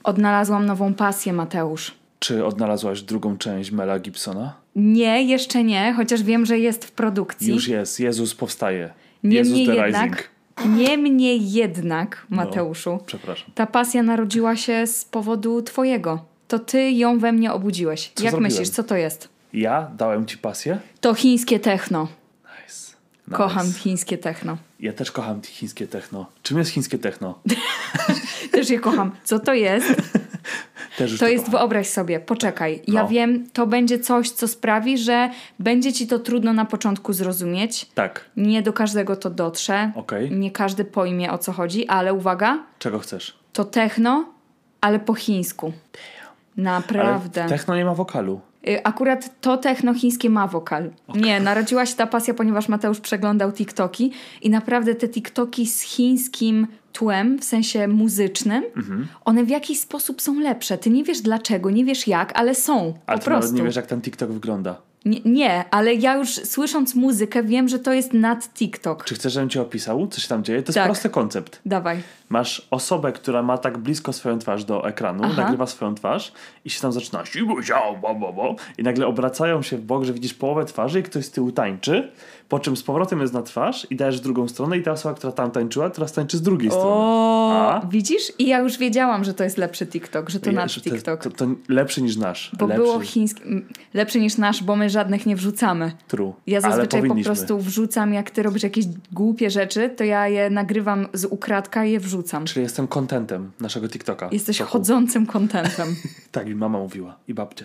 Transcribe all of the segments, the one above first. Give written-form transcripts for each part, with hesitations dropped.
Odnalazłam nową pasję, Mateusz. Czy odnalazłaś drugą część Mela Gibsona? Nie, jeszcze nie, chociaż wiem, że jest w produkcji. Już jest. Jezus powstaje. Jezus the Rising. Niemniej jednak, Mateuszu, przepraszam. Ta pasja narodziła się z powodu twojego. To ty ją we mnie obudziłeś. Co Jak zrobiłem? myślisz, co to jest? Ja dałem ci pasję? To chińskie techno. Nice. Kocham chińskie techno. Ja też kocham chińskie techno. Czym jest chińskie techno? Też je kocham. Co to jest? Też już To jest, kocham. wyobraź sobie, poczekaj. Ja wiem, to będzie coś, co sprawi, że będzie ci to trudno na początku zrozumieć. Tak. Nie do każdego to dotrze. Okej. Nie każdy pojmie, o co chodzi, ale uwaga, Czego chcesz? to techno, ale po chińsku. Naprawdę. Ale techno nie ma wokalu. Akurat to techno chińskie ma wokal. Okay. Nie, narodziła się ta pasja, ponieważ Mateusz przeglądał TikToki i naprawdę te TikToki z chińskim tłem, w sensie muzycznym, one w jakiś sposób są lepsze. Ty nie wiesz dlaczego, nie wiesz jak, ale są. Ale po ty prostu. nawet nie wiesz, jak ten TikTok wygląda. Nie, ale ja już słysząc muzykę wiem, że to jest nad TikTok. Czy chcesz, żebym ci opisał, co się tam dzieje? To jest Tak. prosty koncept. Dawaj. Masz osobę, która ma tak blisko swoją twarz do ekranu, nagrywa swoją twarz i się tam zaczyna i nagle obracają się w bok, że widzisz połowę twarzy i ktoś z tyłu tańczy, po czym z powrotem jest na twarz i dajesz w drugą stronę i ta osoba, która tam tańczyła, teraz tańczy z drugiej strony. Widzisz? I ja już wiedziałam, że to jest lepszy TikTok, że to nasz że TikTok. To lepszy niż nasz. Bo lepszy. było chińskie. Lepszy niż nasz, bo my żadnych nie wrzucamy. True. Ja zazwyczaj ale po powinniśmy. prostu wrzucam, jak ty robisz jakieś głupie rzeczy, to ja je nagrywam z ukradka i je wrzucam. Czyli jestem contentem naszego TikToka. Jesteś Soku. chodzącym kontentem. Tak, i mama mówiła. I babcia.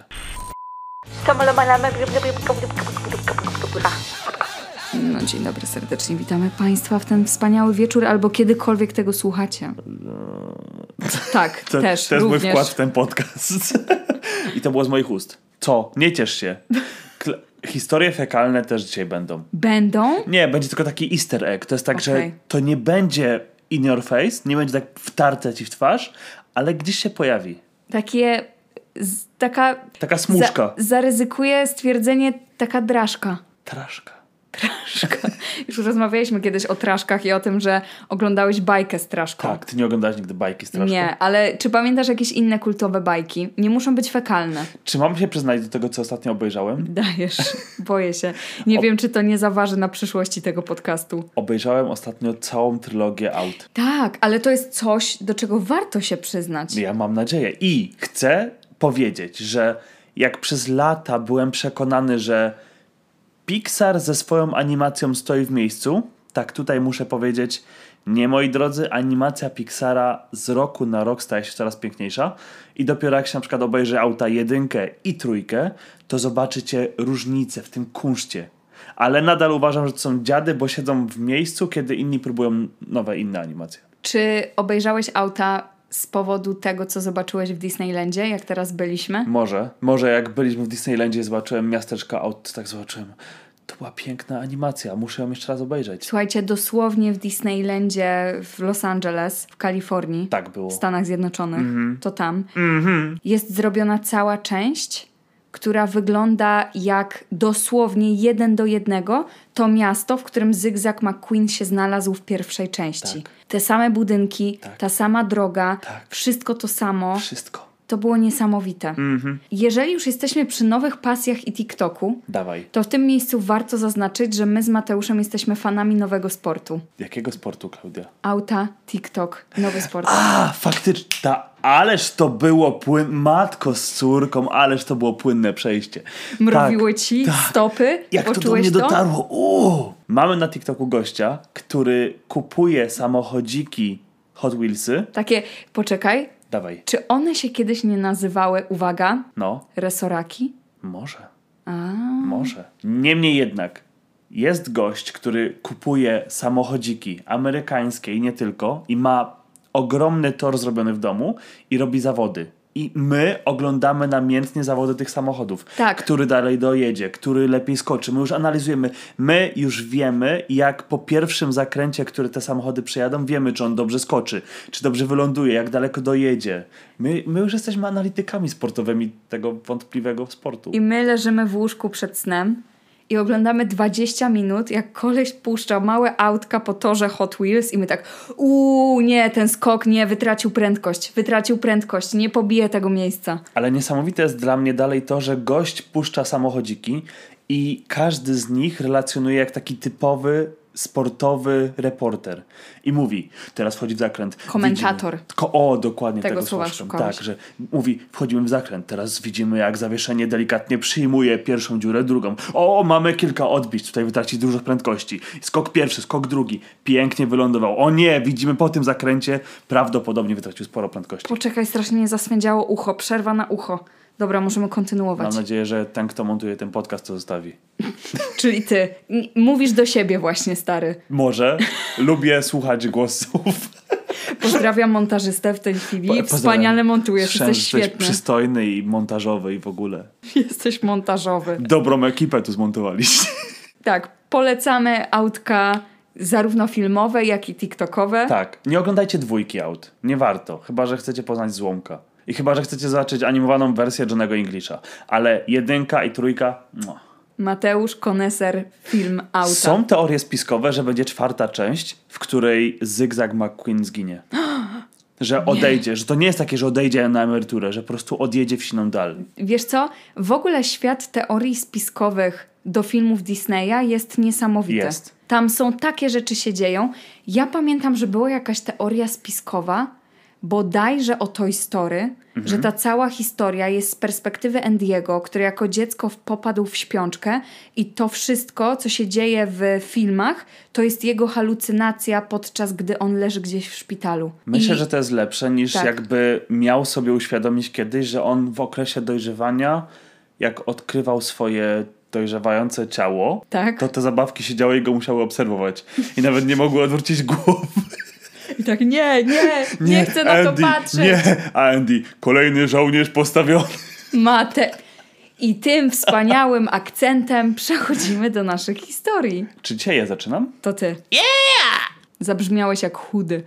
No, dzień dobry, serdecznie witamy Państwa w ten wspaniały wieczór, albo kiedykolwiek tego słuchacie. Tak, To też, to jest również. mój wkład w ten podcast. I to było z moich ust. Co? Nie ciesz się. Historie fekalne też dzisiaj będą. Będą? Nie, będzie tylko taki easter egg. To jest tak, że to nie będzie in your face, nie będzie tak wtarte ci w twarz, ale gdzieś się pojawi. Takie... Taka smuszka. Zaryzykuję stwierdzenie, taka draszka. Traszka. Traszka. Już rozmawialiśmy kiedyś o traszkach i o tym, że oglądałeś bajkę z traszką. Tak, ty nie oglądałeś nigdy bajki z traszką? Nie, ale czy pamiętasz jakieś inne kultowe bajki? Nie muszą być fekalne. Czy mam się przyznać do tego, co ostatnio obejrzałem? Dajesz, boję się. Nie wiem, czy to nie zaważy na przyszłości tego podcastu. Obejrzałem ostatnio całą trylogię Out. Tak, ale to jest coś, do czego warto się przyznać. Ja mam nadzieję. I chcę powiedzieć, że jak przez lata byłem przekonany, że Pixar ze swoją animacją stoi w miejscu, tak tutaj muszę powiedzieć, nie, moi drodzy, animacja Pixara z roku na rok staje się coraz piękniejsza i dopiero jak się na przykład obejrzy Auta 1 i 3, to zobaczycie różnicę w tym kunszcie. Ale nadal uważam, że to są dziady, bo siedzą w miejscu, kiedy inni próbują nowe, inne animacje. Czy obejrzałeś Auta z powodu tego, co zobaczyłeś w Disneylandzie, jak teraz byliśmy? Może jak byliśmy w Disneylandzie i zobaczyłem miasteczko Aut, tak zobaczyłem, to była piękna animacja, muszę ją jeszcze raz obejrzeć. Słuchajcie, dosłownie w Disneylandzie w Los Angeles, w Kalifornii, Tak było. w Stanach Zjednoczonych, to tam, jest zrobiona cała część, która wygląda jak dosłownie 1:1 to miasto, w którym Zygzak McQueen się znalazł w pierwszej części. Tak. Te same budynki, ta sama droga, Tak. wszystko to samo. Wszystko. To było niesamowite. Jeżeli już jesteśmy przy nowych pasjach i TikToku, Dawaj. to w tym miejscu warto zaznaczyć, że my z Mateuszem jesteśmy fanami nowego sportu. Jakiego sportu, Klaudia? Auta, TikTok, nowy sport. Faktycznie. Ależ to było matko z córką, ależ to było płynne przejście. Mrowiły ci stopy? Jak to do Poczułeś mnie dotarło. Mamy na TikToku gościa, który kupuje samochodziki Hot Wheelsy. Takie, poczekaj, Dawaj. czy one się kiedyś nie nazywały, uwaga, No, resoraki? może. Może. Niemniej jednak jest gość, który kupuje samochodziki amerykańskie i nie tylko i ma ogromny tor zrobiony w domu i robi zawody. I my oglądamy namiętnie zawody tych samochodów. Tak. Który dalej dojedzie, który lepiej skoczy. My już analizujemy. My już wiemy, jak po pierwszym zakręcie, który te samochody przejadą, wiemy, czy on dobrze skoczy, czy dobrze wyląduje, jak daleko dojedzie. My już jesteśmy analitykami sportowymi tego wątpliwego sportu. I my leżymy w łóżku przed snem i oglądamy 20 minut, jak koleś puszcza małe autka po torze Hot Wheels i my tak nie, ten skok nie, wytracił prędkość, nie pobije tego miejsca. Ale niesamowite jest dla mnie dalej to, że gość puszcza samochodziki i każdy z nich relacjonuje jak taki typowy sportowy reporter. I mówi, teraz wchodzi w zakręt. Komentator. Dokładnie tego słowa szukałeś. Tak, że mówi, wchodzimy w zakręt, teraz widzimy jak zawieszenie delikatnie przyjmuje pierwszą dziurę, drugą. Mamy kilka odbić, tutaj wytraci dużo prędkości. Skok pierwszy, skok drugi. Pięknie wylądował. O nie, widzimy po tym zakręcie, prawdopodobnie wytracił sporo prędkości. Poczekaj, strasznie mnie zaswędziało ucho, przerwa na ucho. Dobra, możemy kontynuować. Mam nadzieję, że ten, kto montuje ten podcast, to zostawi. Czyli ty. Mówisz do siebie właśnie, stary. Może. Lubię słuchać głosów. Pozdrawiam montażystę w tej chwili. Wspaniale montujesz, jesteś świetny. Jesteś przystojny i montażowy i w ogóle. Jesteś montażowy. Dobrą ekipę tu zmontowaliście. Tak, polecamy autka zarówno filmowe, jak i tiktokowe. Tak, nie oglądajcie 2 aut. Nie warto. Chyba że chcecie poznać Złomka. I chyba że chcecie zobaczyć animowaną wersję Johnny'ego Englisha. Ale 1 i 3... Mateusz Koneser, film auta. Są teorie spiskowe, że będzie 4. część, w której Zygzak McQueen zginie. Że odejdzie, że to nie jest takie, że odejdzie na emeryturę, że po prostu odjedzie w siną dal. Wiesz co? W ogóle świat teorii spiskowych do filmów Disneya jest niesamowity. Jest. Tam są takie rzeczy się dzieją. Ja pamiętam, że była jakaś teoria spiskowa, bodajże o Toy Story, że ta cała historia jest z perspektywy Andy'ego, który jako dziecko popadł w śpiączkę i to wszystko, co się dzieje w filmach, to jest jego halucynacja podczas gdy on leży gdzieś w szpitalu. Myślę, że to jest lepsze niż tak. jakby miał sobie uświadomić kiedyś, że on w okresie dojrzewania, jak odkrywał swoje dojrzewające ciało, tak? to te zabawki siedziały i go musiały obserwować. I nawet nie mogły odwrócić głowy. I tak nie chcę na Andy, to patrzeć. Nie, Andy, kolejny żołnierz postawiony. I tym wspaniałym akcentem przechodzimy do naszych historii. Czy dzisiaj ja zaczynam? To ty. Yeah! Zabrzmiałeś jak chudy.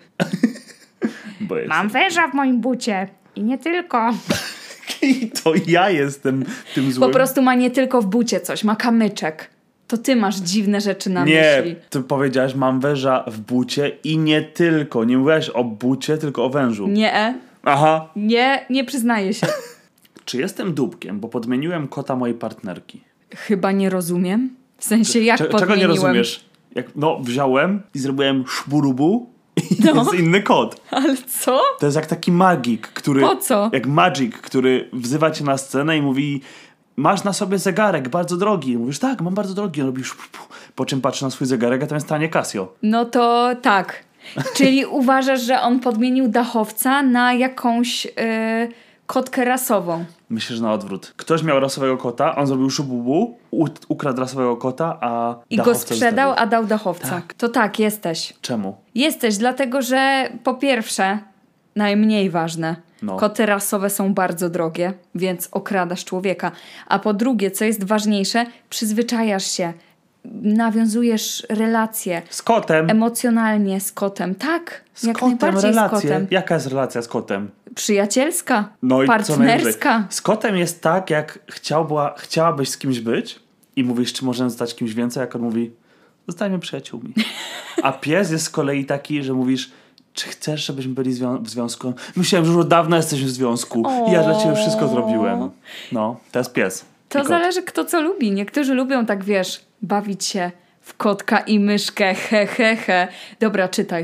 Mam węża w moim bucie. I nie tylko. I to ja jestem tym złym. Po prostu ma nie tylko w bucie coś, ma kamyczek. To ty masz dziwne rzeczy na myśli. Nie, ty powiedziałaś, mam węża w bucie i nie tylko. Nie mówiłaś o bucie, tylko o wężu. Nie. Aha. Nie przyznaję się. Czy jestem dupkiem, bo podmieniłem kota mojej partnerki? Chyba nie rozumiem. W sensie jak podmieniłem? Czego nie rozumiesz? Wziąłem i zrobiłem szburubu i jest inny kot. Ale co? To jest jak taki magik, który... Po co? Jak Magic, który wzywa cię na scenę i mówi... Masz na sobie zegarek, bardzo drogi. Mówisz, tak, mam bardzo drogi. Robisz, po czym patrzysz na swój zegarek, a tam jest tanie Casio. No to tak. Czyli uważasz, że on podmienił dachowca na jakąś kotkę rasową. Myślę, że na odwrót. Ktoś miał rasowego kota, on zrobił szububu, ukradł rasowego kota, a i go sprzedał, a dał dachowca. Tak. To tak, jesteś. Czemu? Jesteś, dlatego że po pierwsze, najmniej ważne, koty rasowe są bardzo drogie, więc okradasz człowieka. A po drugie, co jest ważniejsze, przyzwyczajasz się. Nawiązujesz relacje. Z kotem? Emocjonalnie z kotem. Tak, jak najbardziej z kotem. Jaka jest relacja z kotem? Przyjacielska, no i partnerska. Z kotem jest tak, jak chciałabyś z kimś być i mówisz, czy możemy zostać kimś więcej, jak on mówi, zostańmy przyjaciółmi. A pies jest z kolei taki, że mówisz, czy chcesz, żebyśmy byli w związku? Myślałem, że już od dawna jesteśmy w związku i ja dla ciebie wszystko zrobiłem. No, to jest pies. To zależy kto co lubi. Niektórzy lubią tak, bawić się w kotka i myszkę, he. Dobra, czytaj.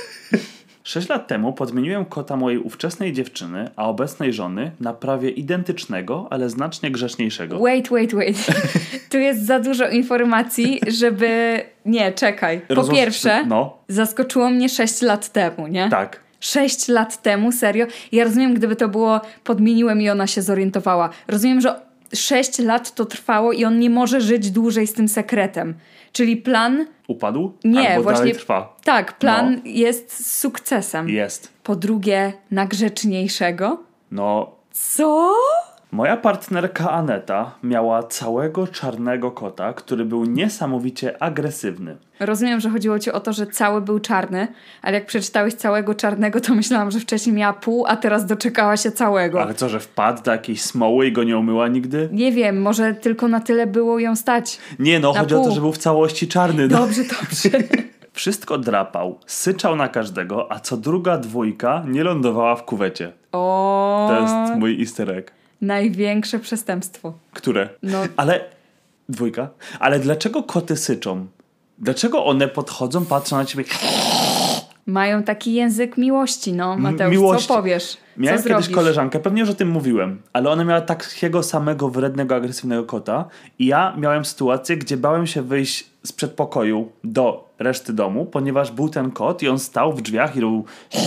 6 lat temu podmieniłem kota mojej ówczesnej dziewczyny, a obecnej żony na prawie identycznego, ale znacznie grzeczniejszego. Wait. Tu jest za dużo informacji, żeby... Nie, czekaj. Po pierwsze, zaskoczyło mnie 6 lat temu, nie? Tak. 6 lat temu, serio? Ja rozumiem, gdyby to było podmieniłem i ona się zorientowała. Rozumiem, że 6 lat to trwało i on nie może żyć dłużej z tym sekretem. Czyli plan... Upadł? Nie, albo właśnie... dalej trwa. Tak, plan jest sukcesem. Jest. Po drugie, na grzeczniejszego. No... Co? Moja partnerka Aneta miała całego czarnego kota, który był niesamowicie agresywny. Rozumiem, że chodziło ci o to, że cały był czarny, ale jak przeczytałeś całego czarnego, to myślałam, że wcześniej miała pół, a teraz doczekała się całego. Ale co, że wpadł do jakiejś smoły i go nie umyła nigdy? Nie wiem, może tylko na tyle było ją stać. Nie no, chodzi o to, że był w całości czarny. Dobrze. Wszystko drapał, syczał na każdego, a co druga dwójka nie lądowała w kuwecie. O. To jest mój easter egg. Największe przestępstwo. Które? No. Ale... Dwójka? Ale dlaczego koty syczą? Dlaczego one podchodzą, patrzą na ciebie... Mają taki język miłości, no Mateusz, miłości. Co powiesz? Miałem co kiedyś zrobisz? koleżankę, pewnie już o tym mówiłem, ale ona miała takiego samego wrednego, agresywnego kota i ja miałem sytuację, gdzie bałem się wyjść z przedpokoju do reszty domu, ponieważ był ten kot i on stał w drzwiach i robił...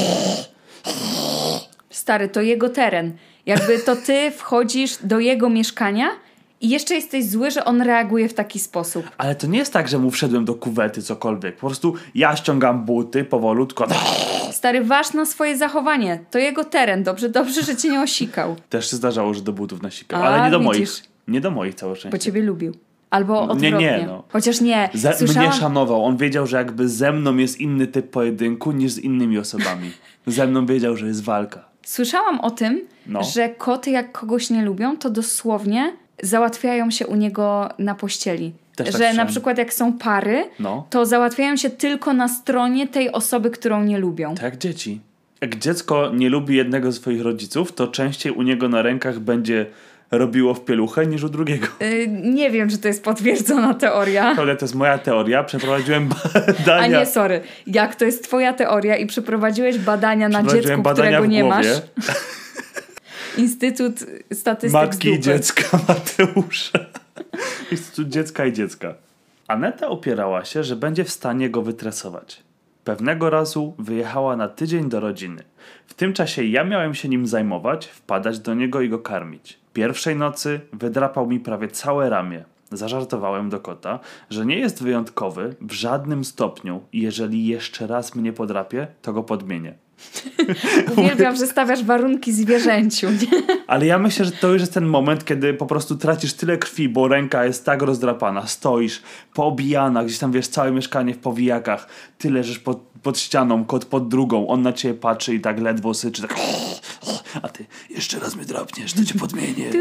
Stary, to jego teren. Jakby to ty wchodzisz do jego mieszkania i jeszcze jesteś zły, że on reaguje w taki sposób. Ale to nie jest tak, że mu wszedłem do kuwety, cokolwiek. Po prostu ja ściągam buty powolutku. Stary, waż na swoje zachowanie. To jego teren. Dobrze, że cię nie osikał. Też się zdarzało, że do butów nasikał, ale nie do moich. Nie do moich, całe szczęście. Bo ciebie lubił. Albo odwrotnie. Nie, no. Chociaż nie. Mnie szanował. On wiedział, że jakby ze mną jest inny typ pojedynku niż z innymi osobami. Ze mną wiedział, że jest walka. Słyszałam o tym, że koty jak kogoś nie lubią, to dosłownie załatwiają się u niego na pościeli. Też że na przykład jak są pary, to załatwiają się tylko na stronie tej osoby, którą nie lubią. Tak jak dzieci. Jak dziecko nie lubi jednego z swoich rodziców, to częściej u niego na rękach będzie robiło w pieluchę niż u drugiego. Nie wiem, czy to jest potwierdzona teoria. Ale to jest moja teoria. Przeprowadziłem badania. A nie, sorry. Jak to jest twoja teoria i przeprowadziłeś badania na dziecku, którego nie masz? Instytut Statystyk Matki i dziecka Mateusza. Instytut Dziecka i Dziecka. Aneta opierała się, że będzie w stanie go wytresować. Pewnego razu wyjechała na tydzień do rodziny. W tym czasie ja miałem się nim zajmować, wpadać do niego i go karmić. Pierwszej nocy wydrapał mi prawie całe ramię. Zażartowałem do kota, że nie jest wyjątkowy w żadnym stopniu i jeżeli jeszcze raz mnie podrapie, to go podmienię. Uwielbiam, że stawiasz warunki zwierzęciu. Ale ja myślę, że to już jest ten moment, kiedy po prostu tracisz tyle krwi, bo ręka jest tak rozdrapana, stoisz poobijana, gdzieś tam wiesz, całe mieszkanie w powijakach, ty leżysz pod ścianą, kot pod drugą, on na ciebie patrzy i tak ledwo syczy, tak a ty jeszcze raz mnie drapniesz, to cię podmienię.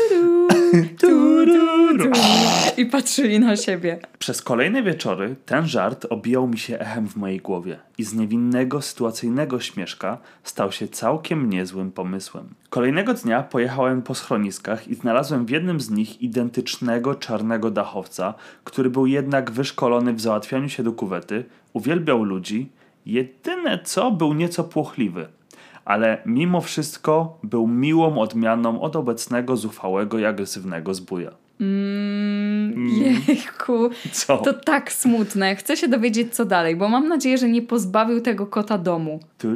I patrzyli na siebie. Przez kolejne wieczory ten żart obijał mi się echem w mojej głowie i z niewinnego, sytuacyjnego śmieszka stał się całkiem niezłym pomysłem. Kolejnego dnia pojechałem po schroniskach i znalazłem w jednym z nich identycznego czarnego dachowca, który był jednak wyszkolony w załatwianiu się do kuwety, uwielbiał ludzi, jedyne co był nieco płochliwy. Ale mimo wszystko był miłą odmianą od obecnego zuchwałego i agresywnego zbója. Jejku, Co? To tak smutne. Chcę się dowiedzieć co dalej, bo mam nadzieję, że nie pozbawił tego kota domu.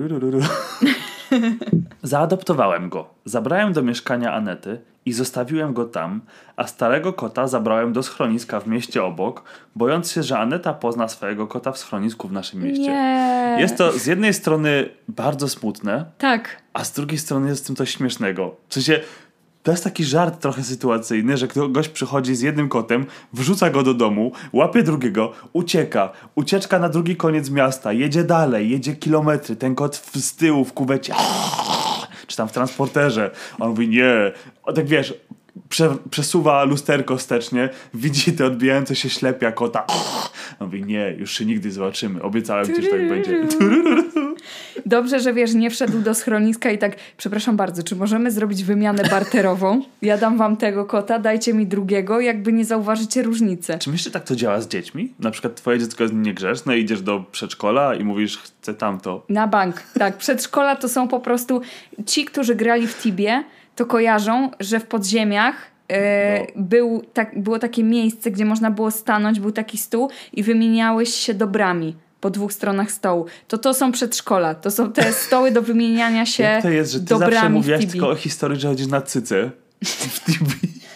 Zaadoptowałem go. Zabrałem do mieszkania Anety i zostawiłem go tam, a starego kota zabrałem do schroniska w mieście obok, bojąc się, że Aneta pozna swojego kota w schronisku w naszym mieście. Nie. Jest to z jednej strony bardzo smutne, tak, a z drugiej strony jest w tym coś śmiesznego. W sensie, to jest taki żart trochę sytuacyjny, że gość przychodzi z jednym kotem, wrzuca go do domu, łapie drugiego, ucieka. Ucieczka na drugi koniec miasta, jedzie dalej, jedzie kilometry, ten kot z tyłu w kuwecie, czy tam w transporterze. On mówi nie, tak wiesz, przesuwa lusterko wstecznie, widzi te odbijające się ślepia kota. On mówi nie, już się nigdy zobaczymy, obiecałem ci, że tak będzie. Dobrze, że wiesz, nie wszedł do schroniska i tak, przepraszam bardzo, czy możemy zrobić wymianę barterową? Ja dam wam tego kota, dajcie mi drugiego, jakby nie zauważycie różnicy. Czy myślisz, że tak to działa z dziećmi? Na przykład twoje dziecko jest niegrzeczne, idziesz do przedszkola i mówisz, chcę tamto. Na bank, tak. Przedszkola to są po prostu ci, którzy grali w Tibie, to kojarzą, że w podziemiach było takie miejsce, gdzie można było stanąć, był taki stół i wymieniałeś się dobrami po dwóch stronach stołu. To są przedszkola. To są te stoły do wymieniania się jak to jest, że ty dobrami zawsze mówiłaś w Tibi. tylko o historii, że chodzisz na cycę w Tibi.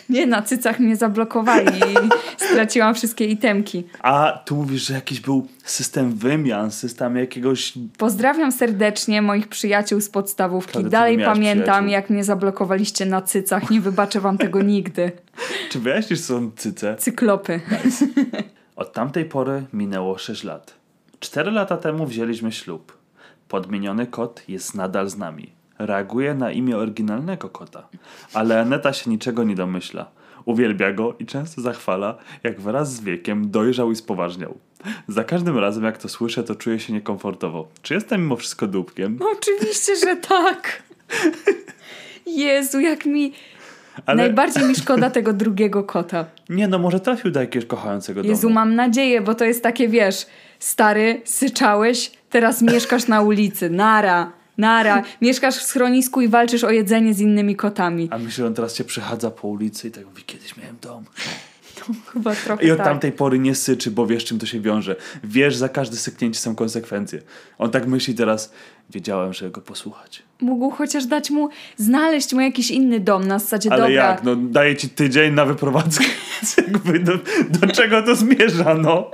Nie, na cycach mnie zablokowali i straciłam wszystkie itemki. A tu mówisz, że jakiś był system wymian, system jakiegoś... Pozdrawiam serdecznie moich przyjaciół z podstawówki. Klaudia, ty Dalej nie miałaś pamiętam, przyjaciół. jak mnie zablokowaliście na cycach. Nie wybaczę wam tego nigdy. Czy wyjaśnisz, co są cyce? Cyklopy. Od tamtej pory minęło 6 lat. 4 lata temu wzięliśmy ślub. Podmieniony kot jest nadal z nami. Reaguje na imię oryginalnego kota. Ale Aneta się niczego nie domyśla. Uwielbia go i często zachwala, jak wraz z wiekiem dojrzał i spoważniał. Za każdym razem, jak to słyszę, to czuję się niekomfortowo. Czy jestem mimo wszystko dupkiem? Oczywiście, że tak. Jezu, jak mi... Ale... Najbardziej mi szkoda tego drugiego kota. Nie no, może trafił do jakiegoś kochającego Jezu, domu. mam nadzieję, bo to jest takie, wiesz, stary, syczałeś, teraz mieszkasz na ulicy. Nara. Mieszkasz w schronisku i walczysz o jedzenie z innymi kotami. A myślę, że on teraz cię przechadza po ulicy i tak mówi, kiedyś miałem dom. Chyba trochę I od tak. tamtej pory nie syczy, bo wiesz, czym to się wiąże. Wiesz, za każde syknięcie są konsekwencje. On tak myśli teraz, wiedziałem, że go posłuchać. Mógł chociaż znaleźć mu jakiś inny dom na zasadzie, Ale dobra. jak? No daję ci tydzień na wyprowadzkę. Jakby do czego to zmierza, no?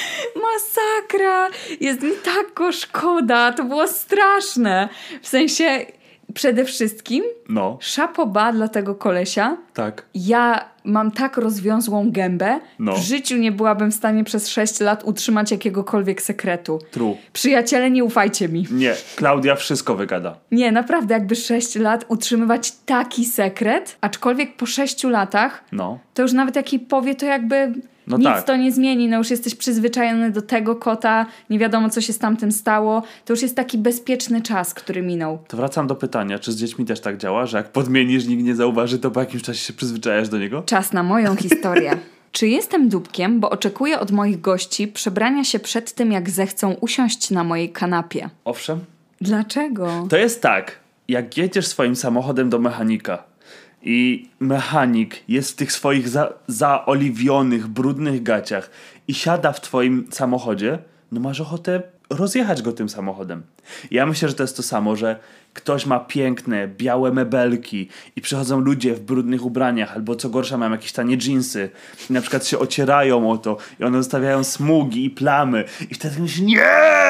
Masakra! Jest mi tak go szkoda, to było straszne. W sensie, przede wszystkim, No, szapoba dla tego kolesia. tak. Ja mam tak rozwiązłą gębę, No. w życiu nie byłabym w stanie przez 6 lat utrzymać jakiegokolwiek sekretu. True. Przyjaciele, nie ufajcie mi. Nie, Klaudia wszystko wygada. Nie, naprawdę, jakby 6 lat utrzymywać taki sekret, aczkolwiek po 6 latach, No. to już nawet jak jej powie, to jakby No nic tak. to nie zmieni. No już jesteś przyzwyczajony do tego kota, nie wiadomo, co się z tamtym stało. To już jest taki bezpieczny czas, który minął. To wracam do pytania, czy z dziećmi też tak działa, że jak podmienisz, nikt nie zauważy, to po jakimś czasie się przyzwyczajasz do niego? Czas na moją historię. Czy jestem dupkiem, bo oczekuję od moich gości przebrania się przed tym, jak zechcą usiąść na mojej kanapie? Owszem. Dlaczego? To jest tak, jak jedziesz swoim samochodem do mechanika i mechanik jest w tych swoich zaoliwionych, brudnych gaciach i siada w twoim samochodzie, no masz ochotę rozjechać go tym samochodem. Ja myślę, że to jest to samo, że ktoś ma piękne, białe mebelki i przychodzą ludzie w brudnych ubraniach, albo co gorsza mają jakieś tanie dżinsy i na przykład się ocierają o to i one zostawiają smugi i plamy i wtedy myślisz, nie!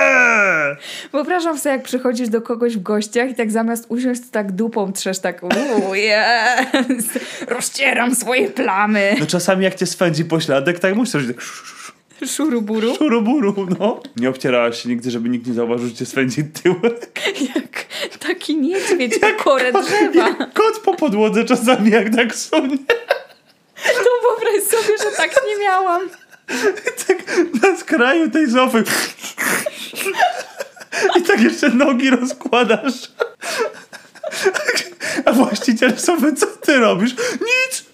Wyobrażam sobie, jak przychodzisz do kogoś w gościach i tak zamiast usiąść, to tak dupą trzesz, tak jest, rozcieram swoje plamy. No czasami jak cię swędzi pośladek, tak musisz tak Szuruburu. szuruburu, no. Nie obcierałaś się nigdy, żeby nikt nie zauważył, że cię swędzi tyłek. Jak taki niedźwiedź na korę drzewa. Jak kot po podłodze czasami, jak tak sunie. To wyobraź sobie, że tak nie miałam. Tak na skraju tej sofy. I tak jeszcze nogi rozkładasz. A właściciel sofy, co ty robisz? Nic.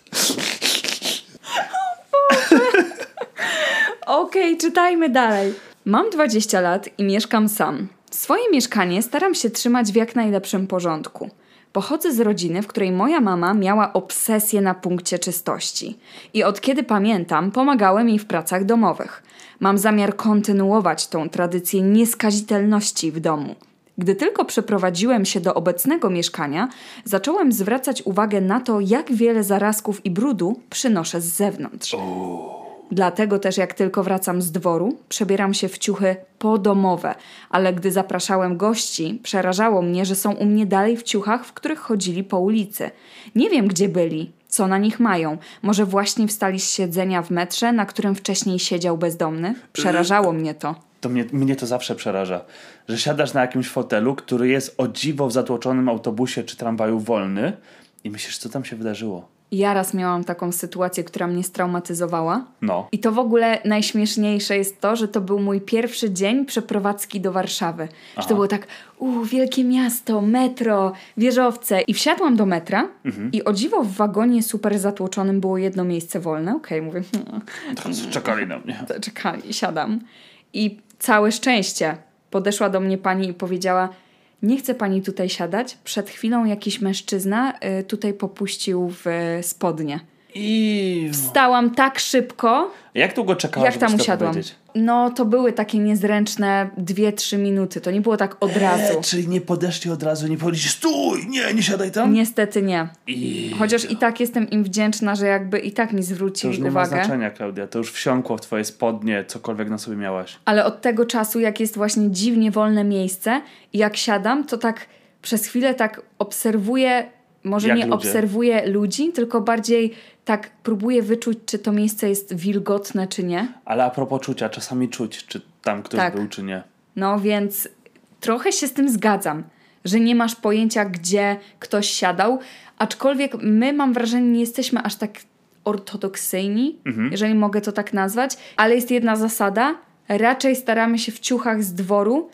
Okej, czytajmy dalej. Mam 20 lat i mieszkam sam. Swoje mieszkanie staram się trzymać w jak najlepszym porządku. Pochodzę z rodziny, w której moja mama miała obsesję na punkcie czystości. I od kiedy pamiętam, pomagałem jej w pracach domowych. Mam zamiar kontynuować tą tradycję nieskazitelności w domu. Gdy tylko przeprowadziłem się do obecnego mieszkania, zacząłem zwracać uwagę na to, jak wiele zarazków i brudu przynoszę z zewnątrz. Dlatego też jak tylko wracam z dworu, przebieram się w ciuchy podomowe, ale gdy zapraszałem gości, przerażało mnie, że są u mnie dalej w ciuchach, w których chodzili po ulicy. Nie wiem, gdzie byli, co na nich mają. Może właśnie wstali z siedzenia w metrze, na którym wcześniej siedział bezdomny? Przerażało mnie to. To mnie to zawsze przeraża, że siadasz na jakimś fotelu, który jest o dziwo w zatłoczonym autobusie czy tramwaju wolny i myślisz, co tam się wydarzyło. Ja raz miałam taką sytuację, która mnie straumatyzowała. No. I to w ogóle najśmieszniejsze jest to, że to był mój pierwszy dzień przeprowadzki do Warszawy. Że to było tak, wielkie miasto, metro, wieżowce. I wsiadłam do metra i o dziwo w wagonie super zatłoczonym było jedno miejsce wolne. Okej, mówię, Czekali na mnie. czekali, siadam. I całe szczęście podeszła do mnie pani i powiedziała: nie chce pani tutaj siadać. Przed chwilą jakiś mężczyzna tutaj popuścił w spodnie. I Wstałam tak szybko, jak długo czekałaś, jak tam żeby to usiadłam. powiedzieć? No to były takie niezręczne 2-3 minuty. To nie było tak od razu. Czyli nie podeszli od razu, nie powiedzieli stój, nie siadaj tam? Niestety nie. Chociaż i tak jestem im wdzięczna, że jakby i tak mi To zwrócili już nie uwagę. ma znaczenia, Klaudia. To już wsiąkło w twoje spodnie, cokolwiek na sobie miałaś. Ale od tego czasu, jak jest właśnie dziwnie wolne miejsce i jak siadam, to tak przez chwilę tak obserwuję, może Jak nie ludzie. obserwuję ludzi, tylko bardziej tak próbuję wyczuć, czy to miejsce jest wilgotne, czy nie. Ale a propos czucia, czasami czuć, czy tam ktoś Tak. był, czy nie. No więc trochę się z tym zgadzam, że nie masz pojęcia, gdzie ktoś siadał, aczkolwiek my, mam wrażenie, nie jesteśmy aż tak ortodoksyjni, jeżeli mogę to tak nazwać, ale jest jedna zasada, raczej staramy się w ciuchach z dworu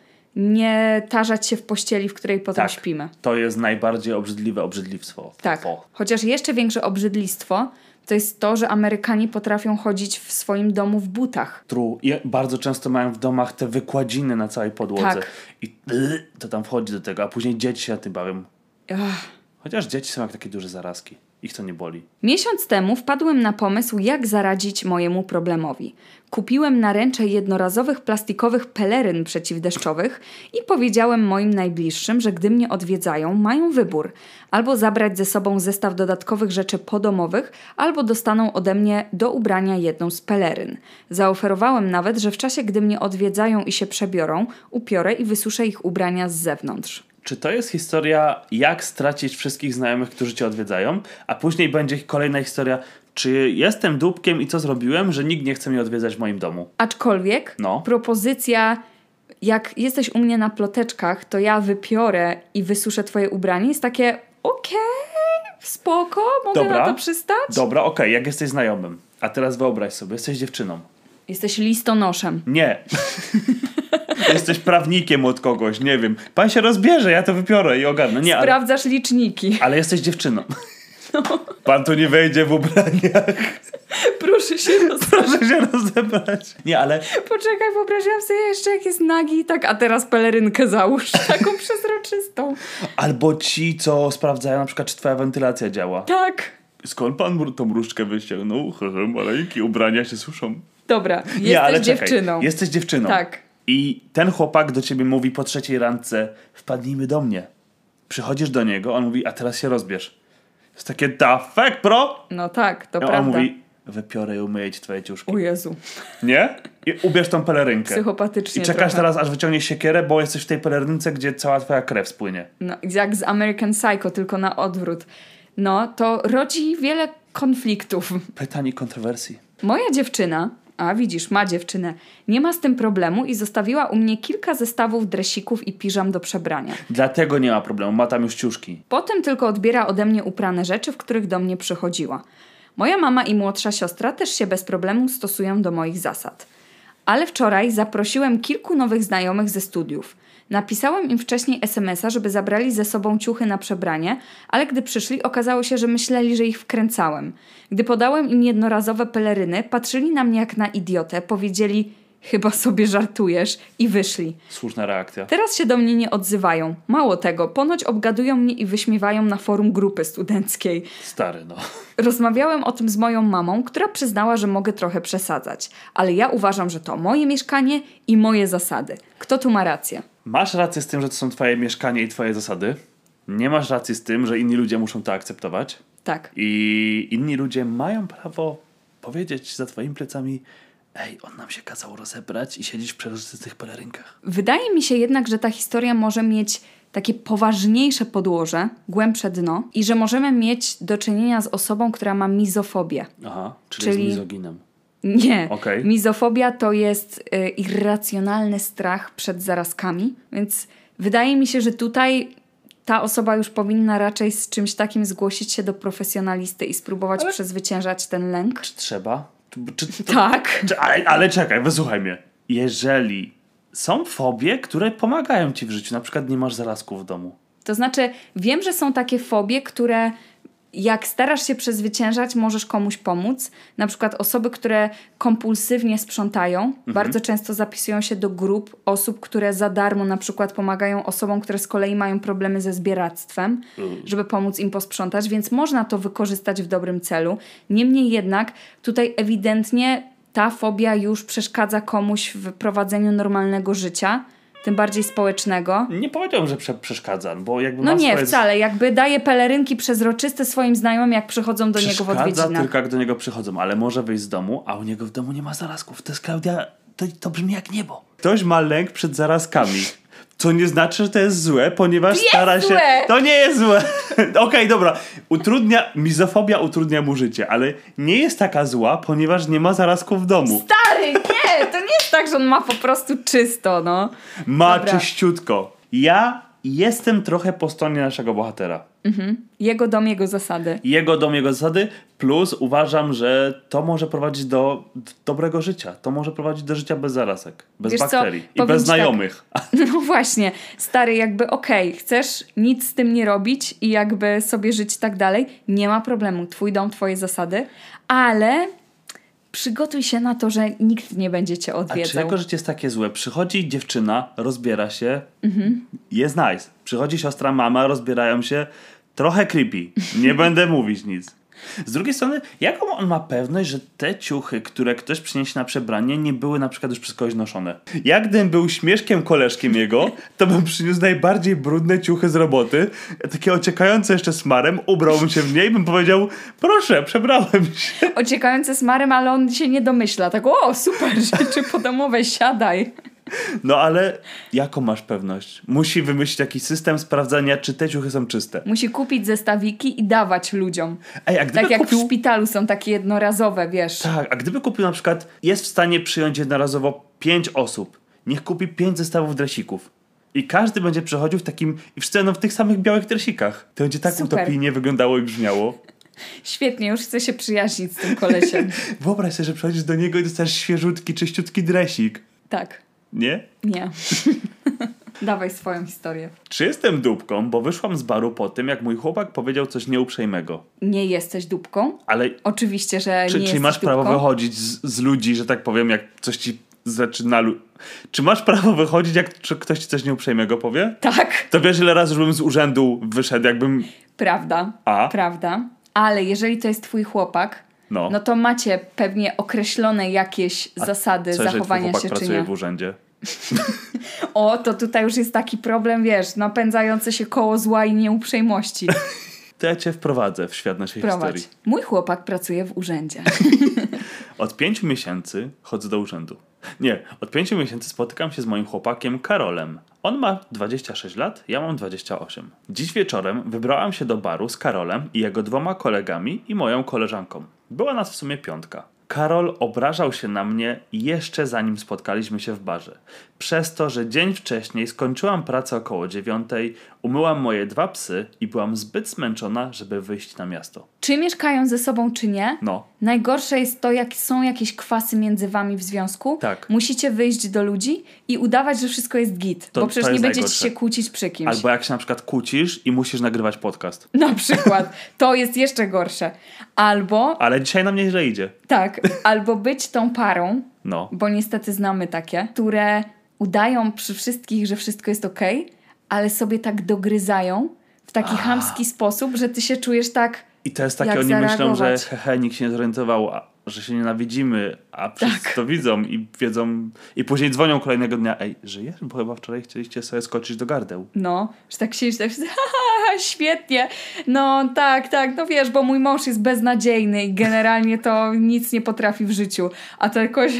nie tarzać się w pościeli, w której potem śpimy. To jest najbardziej obrzydliwe obrzydliwstwo. Tak, chociaż jeszcze większe obrzydlistwo to jest to, że Amerykanie potrafią chodzić w swoim domu w butach. True. I bardzo często mają w domach te wykładziny na całej podłodze. Tak. I to tam wchodzi do tego, a później dzieci się na tym bawią. Ach. Chociaż dzieci są jak takie duże zarazki. Ich to nie boli. Miesiąc temu wpadłem na pomysł, jak zaradzić mojemu problemowi. Kupiłem naręcze jednorazowych plastikowych peleryn przeciwdeszczowych i powiedziałem moim najbliższym, że gdy mnie odwiedzają, mają wybór. Albo zabrać ze sobą zestaw dodatkowych rzeczy podomowych, albo dostaną ode mnie do ubrania jedną z peleryn. Zaoferowałem nawet, że w czasie, gdy mnie odwiedzają i się przebiorą, upiorę i wysuszę ich ubrania z zewnątrz. Czy to jest historia, jak stracić wszystkich znajomych, którzy cię odwiedzają, a później będzie kolejna historia, czy jestem dupkiem i co zrobiłem, że nikt nie chce mnie odwiedzać w moim domu? Aczkolwiek propozycja, jak jesteś u mnie na ploteczkach, to ja wypiorę i wysuszę twoje ubranie, jest takie okej, spoko, mogę na to przystać? Dobra, okej, jak jesteś znajomym. A teraz wyobraź sobie, jesteś dziewczyną. Jesteś listonoszem. Nie. Jesteś prawnikiem od kogoś, nie wiem. Pan się rozbierze, ja to wypiorę i ogarnę. Nie, Sprawdzasz liczniki. ale jesteś dziewczyną. Pan tu nie wejdzie w ubraniach. Proszę się Proszę się rozebrać. Nie, ale Poczekaj, wyobraziłam sobie jeszcze jak jest nagi i tak, a teraz pelerynkę załóż, taką przezroczystą. albo ci, co sprawdzają na przykład, czy twoja wentylacja działa. Tak. Skąd pan tą różdżkę wyciągnął? Maleńki, ubrania się suszą. Dobra, jesteś Nie, ale dziewczyną. Czekaj, jesteś dziewczyną. Tak. I ten chłopak do ciebie mówi po 3 randce, wpadnijmy do mnie. Przychodzisz do niego, on mówi, a teraz się rozbierz. Jest takie, the fuck, bro? No tak, to A prawda. on mówi, wypiorę i umyję ci twoje ciuszki. O Jezu, Nie? I ubierz tą pelerynkę. psychopatycznie I czekasz trochę. teraz, aż wyciągniesz siekierę, bo jesteś w tej pelerynce, gdzie cała twoja krew spłynie. No, jak z American Psycho, tylko na odwrót. No, to rodzi wiele konfliktów. Pytanie kontrowersji. Moja dziewczyna, a widzisz, ma dziewczynę, nie ma z tym problemu i zostawiła u mnie kilka zestawów dresików i piżam do przebrania. Dlatego nie ma problemu, ma tam już ciuszki. Potem tylko odbiera ode mnie uprane rzeczy, w których do mnie przychodziła. Moja mama i młodsza siostra też się bez problemu stosują do moich zasad. Ale wczoraj zaprosiłem kilku nowych znajomych ze studiów. Napisałem im wcześniej SMS-a, żeby zabrali ze sobą ciuchy na przebranie, ale gdy przyszli, okazało się, że myśleli, że ich wkręcałem. Gdy podałem im jednorazowe peleryny, patrzyli na mnie jak na idiotę, powiedzieli, chyba sobie żartujesz i wyszli. Słuszna reakcja. Teraz się do mnie nie odzywają. Mało tego, ponoć obgadują mnie i wyśmiewają na forum grupy studenckiej. Stary, no. Rozmawiałem o tym z moją mamą, która przyznała, że mogę trochę przesadzać. Ale ja uważam, że to moje mieszkanie i moje zasady. Kto tu ma rację? Masz rację z tym, że to są twoje mieszkanie i twoje zasady. Nie masz racji z tym, że inni ludzie muszą to akceptować. Tak. I inni ludzie mają prawo powiedzieć za twoimi plecami, ej, on nam się kazał rozebrać i siedzieć w przejrzystych pelerynkach. Wydaje mi się jednak, że ta historia może mieć takie poważniejsze podłoże, głębsze dno i że możemy mieć do czynienia z osobą, która ma mizofobię. Aha, czyli z mizoginem. Nie. Okej. Mizofobia to jest irracjonalny strach przed zarazkami, więc wydaje mi się, że tutaj ta osoba już powinna raczej z czymś takim zgłosić się do profesjonalisty i spróbować przezwyciężać ten lęk. Czy trzeba? Tak. Ale czekaj, wysłuchaj mnie. Jeżeli są fobie, które pomagają ci w życiu, na przykład nie masz zarazków w domu. To znaczy, wiem, że są takie fobie, które jak starasz się przezwyciężać, możesz komuś pomóc. Na przykład osoby, które kompulsywnie sprzątają, bardzo często zapisują się do grup osób, które za darmo na przykład pomagają osobom, które z kolei mają problemy ze zbieractwem, żeby pomóc im posprzątać, więc można to wykorzystać w dobrym celu. Niemniej jednak tutaj ewidentnie ta fobia już przeszkadza komuś w prowadzeniu normalnego życia, tym bardziej społecznego. Nie powiedziałbym, że przeszkadza, bo jakby... No nie, wcale. Jakby daje pelerynki przezroczyste swoim znajomym, jak przychodzą do niego w odwiedzinach. Przeszkadza tylko jak do niego przychodzą, ale może wyjść z domu, a u niego w domu nie ma zarazków. To jest, Klaudia, to brzmi jak niebo. Ktoś ma lęk przed zarazkami. Co nie znaczy, że to jest złe, ponieważ stara się... To nie jest złe! Okej, dobra. Mizofobia utrudnia mu życie, ale nie jest taka zła, ponieważ nie ma zarazków w domu. Stary, nie! To nie jest tak, że on ma po prostu czysto, no. Ma czyściutko. Ja jestem trochę po stronie naszego bohatera. Jego dom, jego zasady. Jego dom, jego zasady, plus uważam, że to może prowadzić do dobrego życia. To może prowadzić do życia bez zarazek, bez bakterii i bez znajomych. Tak. No właśnie, stary, jakby chcesz nic z tym nie robić i jakby sobie żyć tak dalej, nie ma problemu. Twój dom, twoje zasady, ale przygotuj się na to, że nikt nie będzie cię odwiedzał. A czy jego życie jest takie złe? Przychodzi dziewczyna, rozbiera się, jest nice. Przychodzi siostra, mama, rozbierają się, trochę creepy. Nie będę mówić nic. Z drugiej strony, jaką on ma pewność, że te ciuchy, które ktoś przyniesie na przebranie, nie były na przykład już przez kogoś noszone? Jak gdybym był śmieszkiem koleżkiem jego, to bym przyniósł najbardziej brudne ciuchy z roboty, takie ociekające jeszcze smarem, ubrałbym się w nie i bym powiedział, proszę, przebrałem się. Ociekające smarem, ale on się nie domyśla. Tak, o, super, rzeczy podomowe, siadaj. No ale jaką masz pewność? Musi wymyślić jakiś system sprawdzania, czy te ciuchy są czyste. Musi kupić zestawiki i dawać ludziom. Ej, a tak jak w szpitalu są takie jednorazowe, wiesz. Tak, a gdyby kupił na przykład, jest w stanie przyjąć jednorazowo 5 osób, niech kupi 5 zestawów dresików. I każdy będzie przechodził w takim, i wszyscy będą w tych samych białych dresikach. To będzie tak utopijnie wyglądało i brzmiało. Świetnie, już chcę się przyjaźnić z tym kolesiem. Wyobraź sobie, że przychodzisz do niego i dostajesz świeżutki, czyściutki dresik. Tak. Nie? Nie. Dawaj swoją historię. Czy jestem dupką, bo wyszłam z baru po tym, jak mój chłopak powiedział coś nieuprzejmego? Nie jesteś dupką. Ale oczywiście, że nie jesteś Czy masz dupką? prawo wychodzić z ludzi, że tak powiem, jak coś ci zaczyna... Czy masz prawo wychodzić, jak ktoś ci coś nieuprzejmego powie? Tak. To wiesz, ile razy już bym z urzędu wyszedł, jakbym... Prawda. Prawda. Ale jeżeli to jest twój chłopak, no to macie pewnie określone jakieś zasady zachowania się, czy nie. Pracuje w urzędzie? O, to tutaj już jest taki problem, wiesz, napędzające się koło zła i nieuprzejmości. To ja cię wprowadzę w świat naszej historii. Mój chłopak pracuje w urzędzie. Od 5 miesięcy chodzę do urzędu. Nie, od 5 miesięcy spotykam się z moim chłopakiem Karolem. On ma 26 lat, ja mam 28. Dziś wieczorem wybrałam się do baru z Karolem i jego 2 kolegami i moją koleżanką. Była nas w sumie 5. Karol obrażał się na mnie jeszcze zanim spotkaliśmy się w barze. Przez to, że dzień wcześniej skończyłam pracę około 9, umyłam moje 2 psy i byłam zbyt zmęczona, żeby wyjść na miasto. Czy mieszkają ze sobą, czy nie? No. Najgorsze jest to, jak są jakieś kwasy między wami w związku. Tak. Musicie wyjść do ludzi i udawać, że wszystko jest git. Bo przecież nie będziecie się kłócić przy kimś. Albo jak się na przykład kłócisz i musisz nagrywać podcast. Na przykład. To jest jeszcze gorsze. Albo... Ale dzisiaj nam nieźle idzie. Tak. Albo być tą parą, no. Bo niestety znamy takie, które udają przy wszystkich, że wszystko jest okej, ale sobie tak dogryzają w taki chamski sposób, że ty się czujesz tak. I to jest takie, oni myślą, że nikt się nie zorientował, że się nienawidzimy, a wszyscy to widzą i wiedzą i później dzwonią kolejnego dnia, ej, żyjesz? Bo chyba wczoraj chcieliście sobie skoczyć do gardeł. No, że tak siedzisz, tak świetnie, no tak, no wiesz, bo mój mąż jest beznadziejny i generalnie to nic nie potrafi w życiu, a to jakoś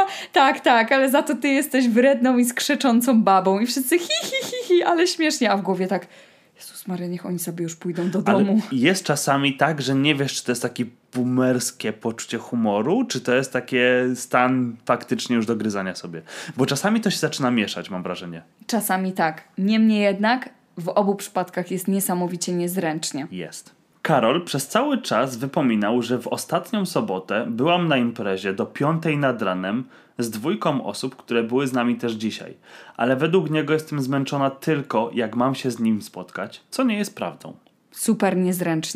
tak, ale za to ty jesteś wredną i skrzeczącą babą i wszyscy hi, ale śmiesznie, a w głowie tak, Jezus Maria, niech oni sobie już pójdą do domu. Ale jest czasami tak, że nie wiesz, czy to jest takie boomerskie poczucie humoru, czy to jest takie stan faktycznie już do gryzania sobie. Bo czasami to się zaczyna mieszać, mam wrażenie. Czasami tak. Niemniej jednak w obu przypadkach jest niesamowicie niezręcznie. Jest. Karol przez cały czas wypominał, że w ostatnią sobotę byłam na imprezie do 5 nad ranem z 2 osób, które były z nami też dzisiaj. Ale według niego jestem zmęczona tylko, jak mam się z nim spotkać, co nie jest prawdą. Super niezręcznie.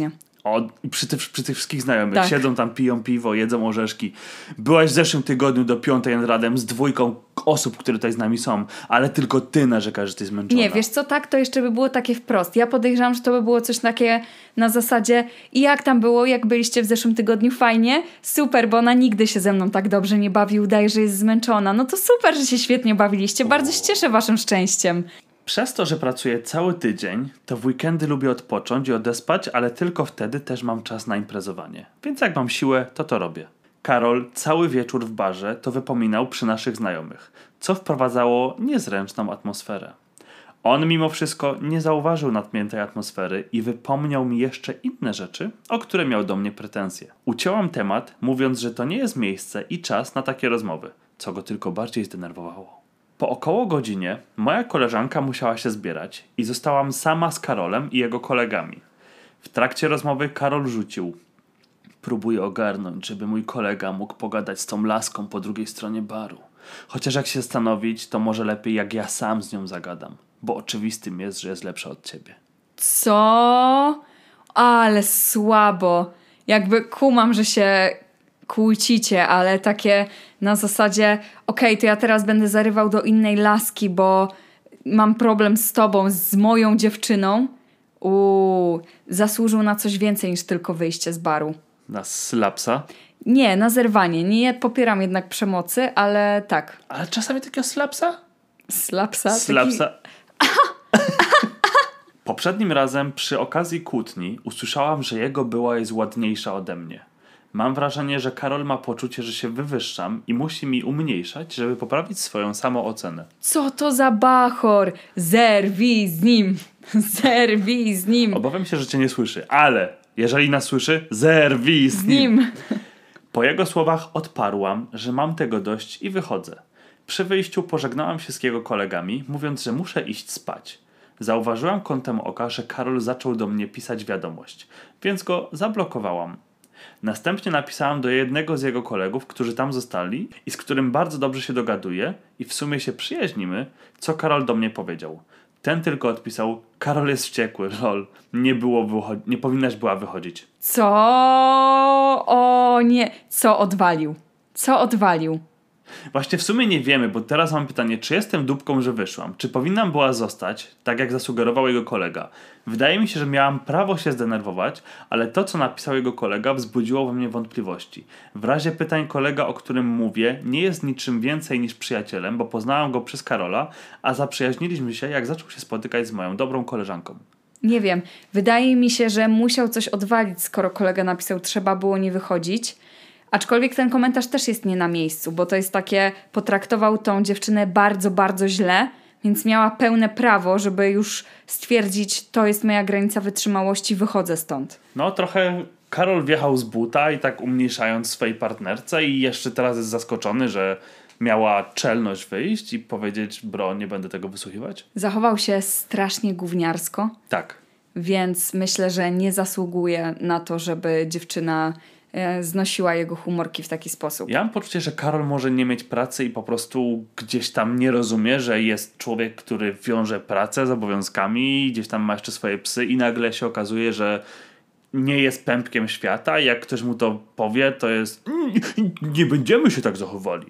I przy tych wszystkich znajomych. Tak. Siedzą tam, piją piwo, jedzą orzeszki. Byłaś w zeszłym tygodniu do 5 nad ranem z 2 osób, które tutaj z nami są, ale tylko ty narzekasz, że ty zmęczona. Nie, wiesz co, tak, to jeszcze by było takie wprost. Ja podejrzewam, że to by było coś takie na zasadzie i jak tam było, jak byliście w zeszłym tygodniu, fajnie, super, bo ona nigdy się ze mną tak dobrze nie bawi, udaje, że jest zmęczona. No to super, że się świetnie bawiliście, bardzo się cieszę waszym szczęściem. Przez to, że pracuję cały tydzień, to w weekendy lubię odpocząć i odespać, ale tylko wtedy też mam czas na imprezowanie. Więc jak mam siłę, to robię. Karol cały wieczór w barze to wypominał przy naszych znajomych, co wprowadzało niezręczną atmosferę. On mimo wszystko nie zauważył nadmiętej atmosfery i wypomniał mi jeszcze inne rzeczy, o które miał do mnie pretensje. Ucięłam temat, mówiąc, że to nie jest miejsce i czas na takie rozmowy, co go tylko bardziej zdenerwowało. Po około godzinie moja koleżanka musiała się zbierać i zostałam sama z Karolem i jego kolegami. W trakcie rozmowy Karol rzucił: próbuję ogarnąć, żeby mój kolega mógł pogadać z tą laską po drugiej stronie baru. Chociaż jak się zastanowić, to może lepiej jak ja sam z nią zagadam, bo oczywistym jest, że jest lepsza od ciebie. Co? Ale słabo. Jakby kumam, że się kłócicie, ale takie na zasadzie okej, to ja teraz będę zarywał do innej laski, bo mam problem z tobą, z moją dziewczyną. Zasłużył na coś więcej niż tylko wyjście z baru. Na slapsa? Nie, na zerwanie. Nie popieram jednak przemocy, ale tak. Ale czasami takiego slapsa? Slapsa? Slapsa. Poprzednim razem przy okazji kłótni usłyszałam, że jego była jest ładniejsza ode mnie. Mam wrażenie, że Karol ma poczucie, że się wywyższam i musi mi umniejszać, żeby poprawić swoją samoocenę. Co to za bachor? Zerwij z nim! Zerwij z nim! Obawiam się, że cię nie słyszy, ale jeżeli nas słyszy, zerwij z nim! Po jego słowach odparłam, że mam tego dość i wychodzę. Przy wyjściu pożegnałam się z jego kolegami, mówiąc, że muszę iść spać. Zauważyłam kątem oka, że Karol zaczął do mnie pisać wiadomość, więc go zablokowałam. Następnie napisałam do jednego z jego kolegów, którzy tam zostali i z którym bardzo dobrze się dogaduję i w sumie się przyjaźnimy, co Karol do mnie powiedział. Ten tylko odpisał: Karol jest wściekły, lol, nie powinnaś była wychodzić. Co? O nie. Co odwalił? Co odwalił? Właśnie w sumie nie wiemy, bo teraz mam pytanie, czy jestem dupką, że wyszłam? Czy powinnam była zostać, tak jak zasugerował jego kolega? Wydaje mi się, że miałam prawo się zdenerwować, ale to, co napisał jego kolega, wzbudziło we mnie wątpliwości. W razie pytań kolega, o którym mówię, nie jest niczym więcej niż przyjacielem, bo poznałam go przez Karola, a zaprzyjaźniliśmy się, jak zaczął się spotykać z moją dobrą koleżanką. Nie wiem. Wydaje mi się, że musiał coś odwalić, skoro kolega napisał, trzeba było nie wychodzić. Aczkolwiek ten komentarz też jest nie na miejscu, bo to jest takie, potraktował tą dziewczynę bardzo, bardzo źle, więc miała pełne prawo, żeby już stwierdzić, to jest moja granica wytrzymałości, wychodzę stąd. No trochę Karol wjechał z buta i tak umniejszając swojej partnerce i jeszcze teraz jest zaskoczony, że miała czelność wyjść i powiedzieć: bro, nie będę tego wysłuchiwać. Zachował się strasznie gówniarsko, Tak. więc myślę, że nie zasługuje na to, żeby dziewczyna znosiła jego humorki w taki sposób. Ja mam poczucie, że Karol może nie mieć pracy i po prostu gdzieś tam nie rozumie, że jest człowiek, który wiąże pracę z obowiązkami, gdzieś tam ma jeszcze swoje psy i nagle się okazuje, że nie jest pępkiem świata i jak ktoś mu to powie, to jest nie będziemy się tak zachowali.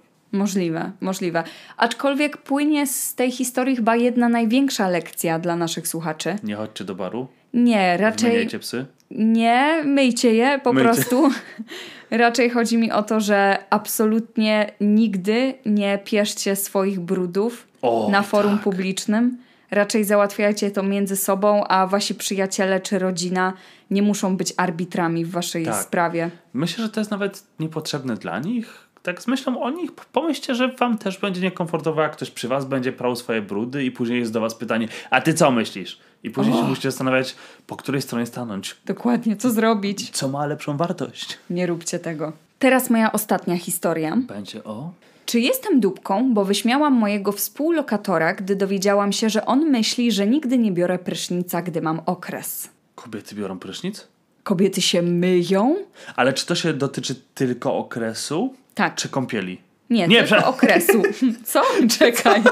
Możliwe. Aczkolwiek płynie z tej historii chyba jedna największa lekcja dla naszych słuchaczy. Nie chodźcie do baru? Nie, raczej... Wymieniajcie psy? Nie, myjcie je po prostu. Raczej chodzi mi o to, że absolutnie nigdy nie pieszcie swoich brudów na forum publicznym. Raczej załatwiajcie to między sobą, a wasi przyjaciele czy rodzina nie muszą być arbitrami w waszej sprawie. Myślę, że to jest nawet niepotrzebne dla nich. Tak z myślą o nich, pomyślcie, że wam też będzie niekomfortowo, jak ktoś przy was będzie prał swoje brudy i później jest do was pytanie: a ty co myślisz? I później się musicie zastanawiać, po której stronie stanąć. Dokładnie, co zrobić? Co ma lepszą wartość? Nie róbcie tego. Teraz moja ostatnia historia. Będzie o... Czy jestem dupką, bo wyśmiałam mojego współlokatora, gdy dowiedziałam się, że on myśli, że nigdy nie biorę prysznica, gdy mam okres. Kobiety biorą prysznic? Kobiety się myją? Ale czy to się dotyczy tylko okresu? Tak. Czy kąpieli? Nie, tylko okresu. Co? Czekaj.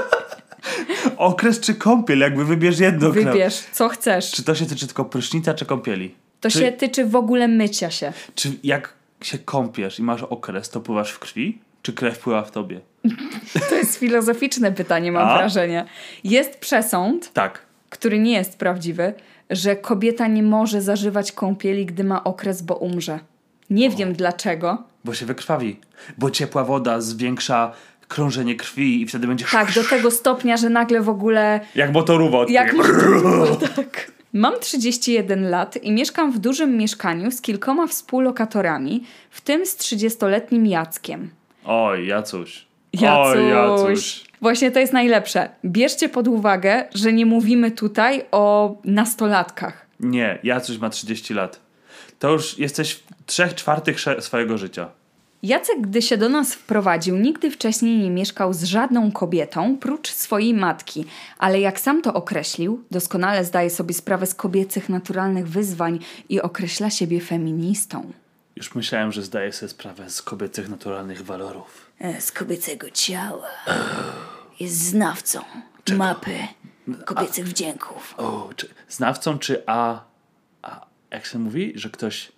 Okres czy kąpiel? Jakby wybierz jedno. Wybierz, co chcesz. Czy to się tyczy tylko prysznica czy kąpieli? To się tyczy w ogóle mycia się. Czy jak się kąpiesz i masz okres, to pływasz w krwi? Czy krew pływa w tobie? To jest filozoficzne pytanie, mam wrażenie. Jest przesąd, który nie jest prawdziwy, że kobieta nie może zażywać kąpieli, gdy ma okres, bo umrze. Nie wiem dlaczego. Bo się wykrwawi. Bo ciepła woda zwiększa krążenie krwi i wtedy będzie... Tak, do tego stopnia, że nagle w ogóle... Jak motorówa. Tak. Mam 31 lat i mieszkam w dużym mieszkaniu z kilkoma współlokatorami, w tym z 30-letnim Jackiem. Oj, Jacuś. Jacuś. Właśnie to jest najlepsze. Bierzcie pod uwagę, że nie mówimy tutaj o nastolatkach. Nie, Jacuś ma 30 lat. To już jesteś w 3/4 swojego życia. Jacek, gdy się do nas wprowadził, nigdy wcześniej nie mieszkał z żadną kobietą, prócz swojej matki. Ale jak sam to określił, doskonale zdaje sobie sprawę z kobiecych naturalnych wyzwań i określa siebie feministą. Już myślałem, że zdaje sobie sprawę z kobiecych naturalnych walorów. Z kobiecego ciała. Jest znawcą mapy kobiecych wdzięków. Znawcą czy jak się mówi, że ktoś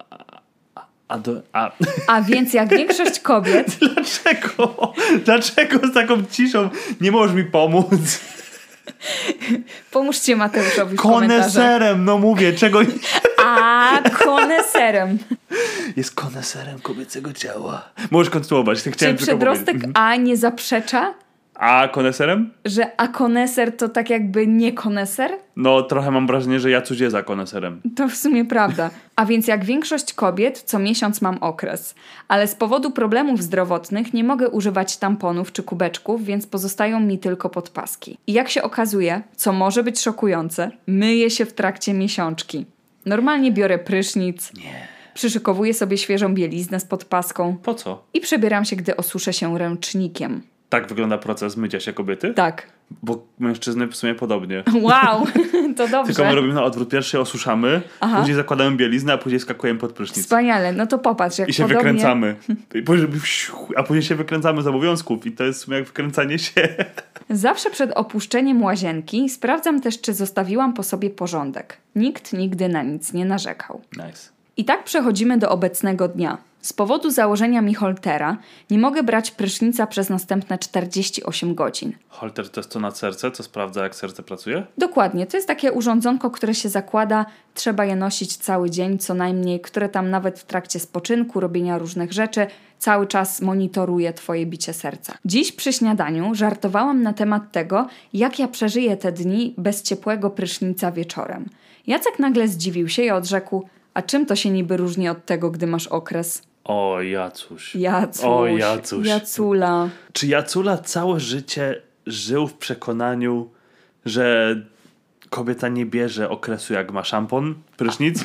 A więc jak większość kobiet... Dlaczego? Dlaczego z taką ciszą nie możesz mi pomóc? Pomóżcie Mateuszowi w komentarzach. Koneserem, no mówię, czego... Koneserem. Jest koneserem kobiecego ciała. Możesz kontynuować. Czy przedrostek A nie zaprzecza? A koneserem? Że koneser to tak jakby nie koneser? No trochę mam wrażenie, że Jacuś jest koneserem. To w sumie prawda. A więc jak większość kobiet, co miesiąc mam okres. Ale z powodu problemów zdrowotnych nie mogę używać tamponów czy kubeczków, więc pozostają mi tylko podpaski. I jak się okazuje, co może być szokujące, myję się w trakcie miesiączki. Normalnie biorę prysznic. Nie. Przyszykowuję sobie świeżą bieliznę z podpaską. Po co? I przebieram się, gdy osuszę się ręcznikiem. Tak wygląda proces mycia się kobiety? Tak. Bo mężczyzny w sumie podobnie. Wow, to dobrze. Tylko my robimy na odwrót. Pierwszy osuszamy, później zakładamy bieliznę, a później skakujemy pod prysznic. Wspaniale, no to popatrz, jak I się podobnie... wykręcamy. A później się wykręcamy z obowiązków i to jest w sumie jak wykręcanie się. Zawsze przed opuszczeniem łazienki sprawdzam też, czy zostawiłam po sobie porządek. Nikt nigdy na nic nie narzekał. Nice. I tak przechodzimy do obecnego dnia. Z powodu założenia mi holtera nie mogę brać prysznica przez następne 48 godzin. Holter to jest to na serce, co sprawdza, jak serce pracuje? Dokładnie, to jest takie urządzonko, które się zakłada, trzeba je nosić cały dzień co najmniej, które tam nawet w trakcie spoczynku, robienia różnych rzeczy cały czas monitoruje twoje bicie serca. Dziś przy śniadaniu żartowałam na temat tego, jak ja przeżyję te dni bez ciepłego prysznica wieczorem. Jacek nagle zdziwił się i odrzekł: a czym to się niby różni od tego, gdy masz okres? O, Jacuś. Jacuś. Jacula. Czy Jacula całe życie żył w przekonaniu, że kobieta nie bierze okresu, jak ma szampon, prysznic?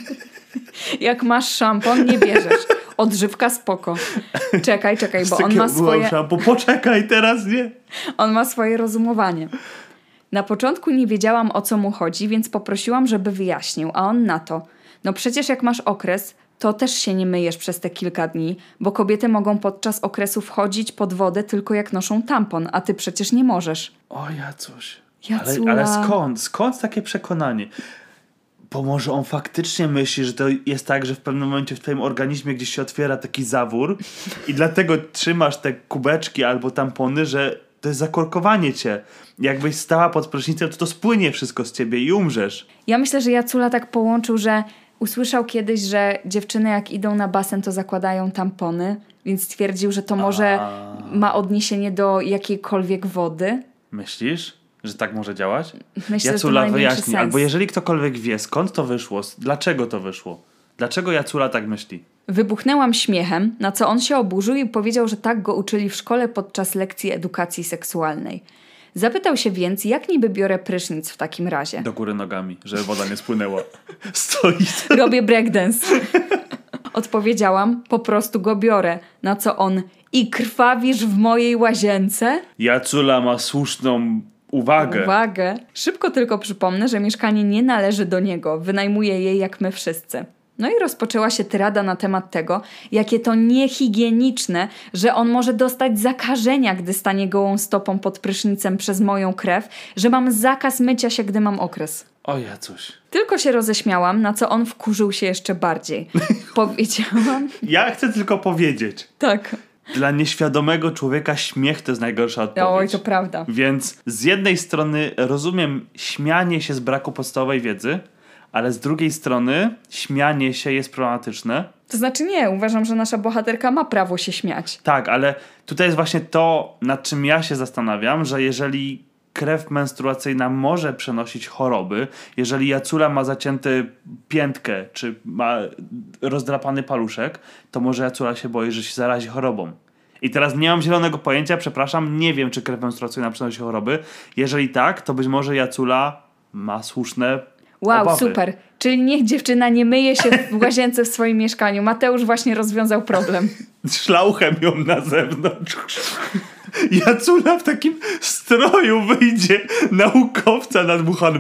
Jak masz szampon, nie bierzesz. Odżywka spoko. Czekaj, bo on ma swoje... Poczekaj, teraz nie. On ma swoje rozumowanie. Na początku nie wiedziałam, o co mu chodzi, więc poprosiłam, żeby wyjaśnił, a on na to: no przecież jak masz okres, to też się nie myjesz przez te kilka dni, bo kobiety mogą podczas okresu wchodzić pod wodę tylko jak noszą tampon, a ty przecież nie możesz. O, Jacuś. Jacula. Ale skąd? Skąd takie przekonanie? Bo może on faktycznie myśli, że to jest tak, że w pewnym momencie w twoim organizmie gdzieś się otwiera taki zawór i dlatego trzymasz te kubeczki albo tampony, że to jest zakorkowanie cię. Jakbyś stała pod prysznicem, to spłynie wszystko z ciebie i umrzesz. Ja myślę, że Jacula tak połączył, że usłyszał kiedyś, że dziewczyny jak idą na basen, to zakładają tampony, więc stwierdził, że to może ma odniesienie do jakiejkolwiek wody. Myślisz, że tak może działać? Myślę, Jacula że to wyjaśni. sens. Albo jeżeli ktokolwiek wie, skąd to wyszło, dlaczego to wyszło, dlaczego Jacula tak myśli? Wybuchnęłam śmiechem, na co on się oburzył i powiedział, że tak go uczyli w szkole podczas lekcji edukacji seksualnej. Zapytał się więc, jak niby biorę prysznic w takim razie. Do góry nogami, żeby woda nie spłynęła. Stoi. Robię breakdance. Odpowiedziałam: po prostu go biorę. Na co on: i krwawisz w mojej łazience? Jacula ma słuszną uwagę. Szybko tylko przypomnę, że mieszkanie nie należy do niego. Wynajmuje je jak my wszyscy. No i rozpoczęła się tyrada na temat tego, jakie to niehigieniczne, że on może dostać zakażenia, gdy stanie gołą stopą pod prysznicem przez moją krew, że mam zakaz mycia się, gdy mam okres. O Jacuś. Tylko się roześmiałam, na co on wkurzył się jeszcze bardziej. Powiedziałam... Ja chcę tylko powiedzieć. Tak. Dla nieświadomego człowieka śmiech to jest najgorsza odpowiedź. Oj, to prawda. Więc z jednej strony rozumiem śmianie się z braku podstawowej wiedzy, ale z drugiej strony śmianie się jest problematyczne. To znaczy nie, uważam, że nasza bohaterka ma prawo się śmiać. Tak, ale tutaj jest właśnie to, nad czym ja się zastanawiam, że jeżeli krew menstruacyjna może przenosić choroby, jeżeli Jacula ma zacięty piętkę, czy ma rozdrapany paluszek, to może Jacula się boi, że się zarazi chorobą. I teraz nie mam zielonego pojęcia, przepraszam, nie wiem, czy krew menstruacyjna przenosi choroby. Jeżeli tak, to być może Jacula ma słuszne obawy. Super. Czyli niech dziewczyna nie myje się w łazience w swoim mieszkaniu. Mateusz właśnie rozwiązał problem. Szlauchem ją na zewnątrz. Jacula w takim stroju wyjdzie naukowca nadmuchany.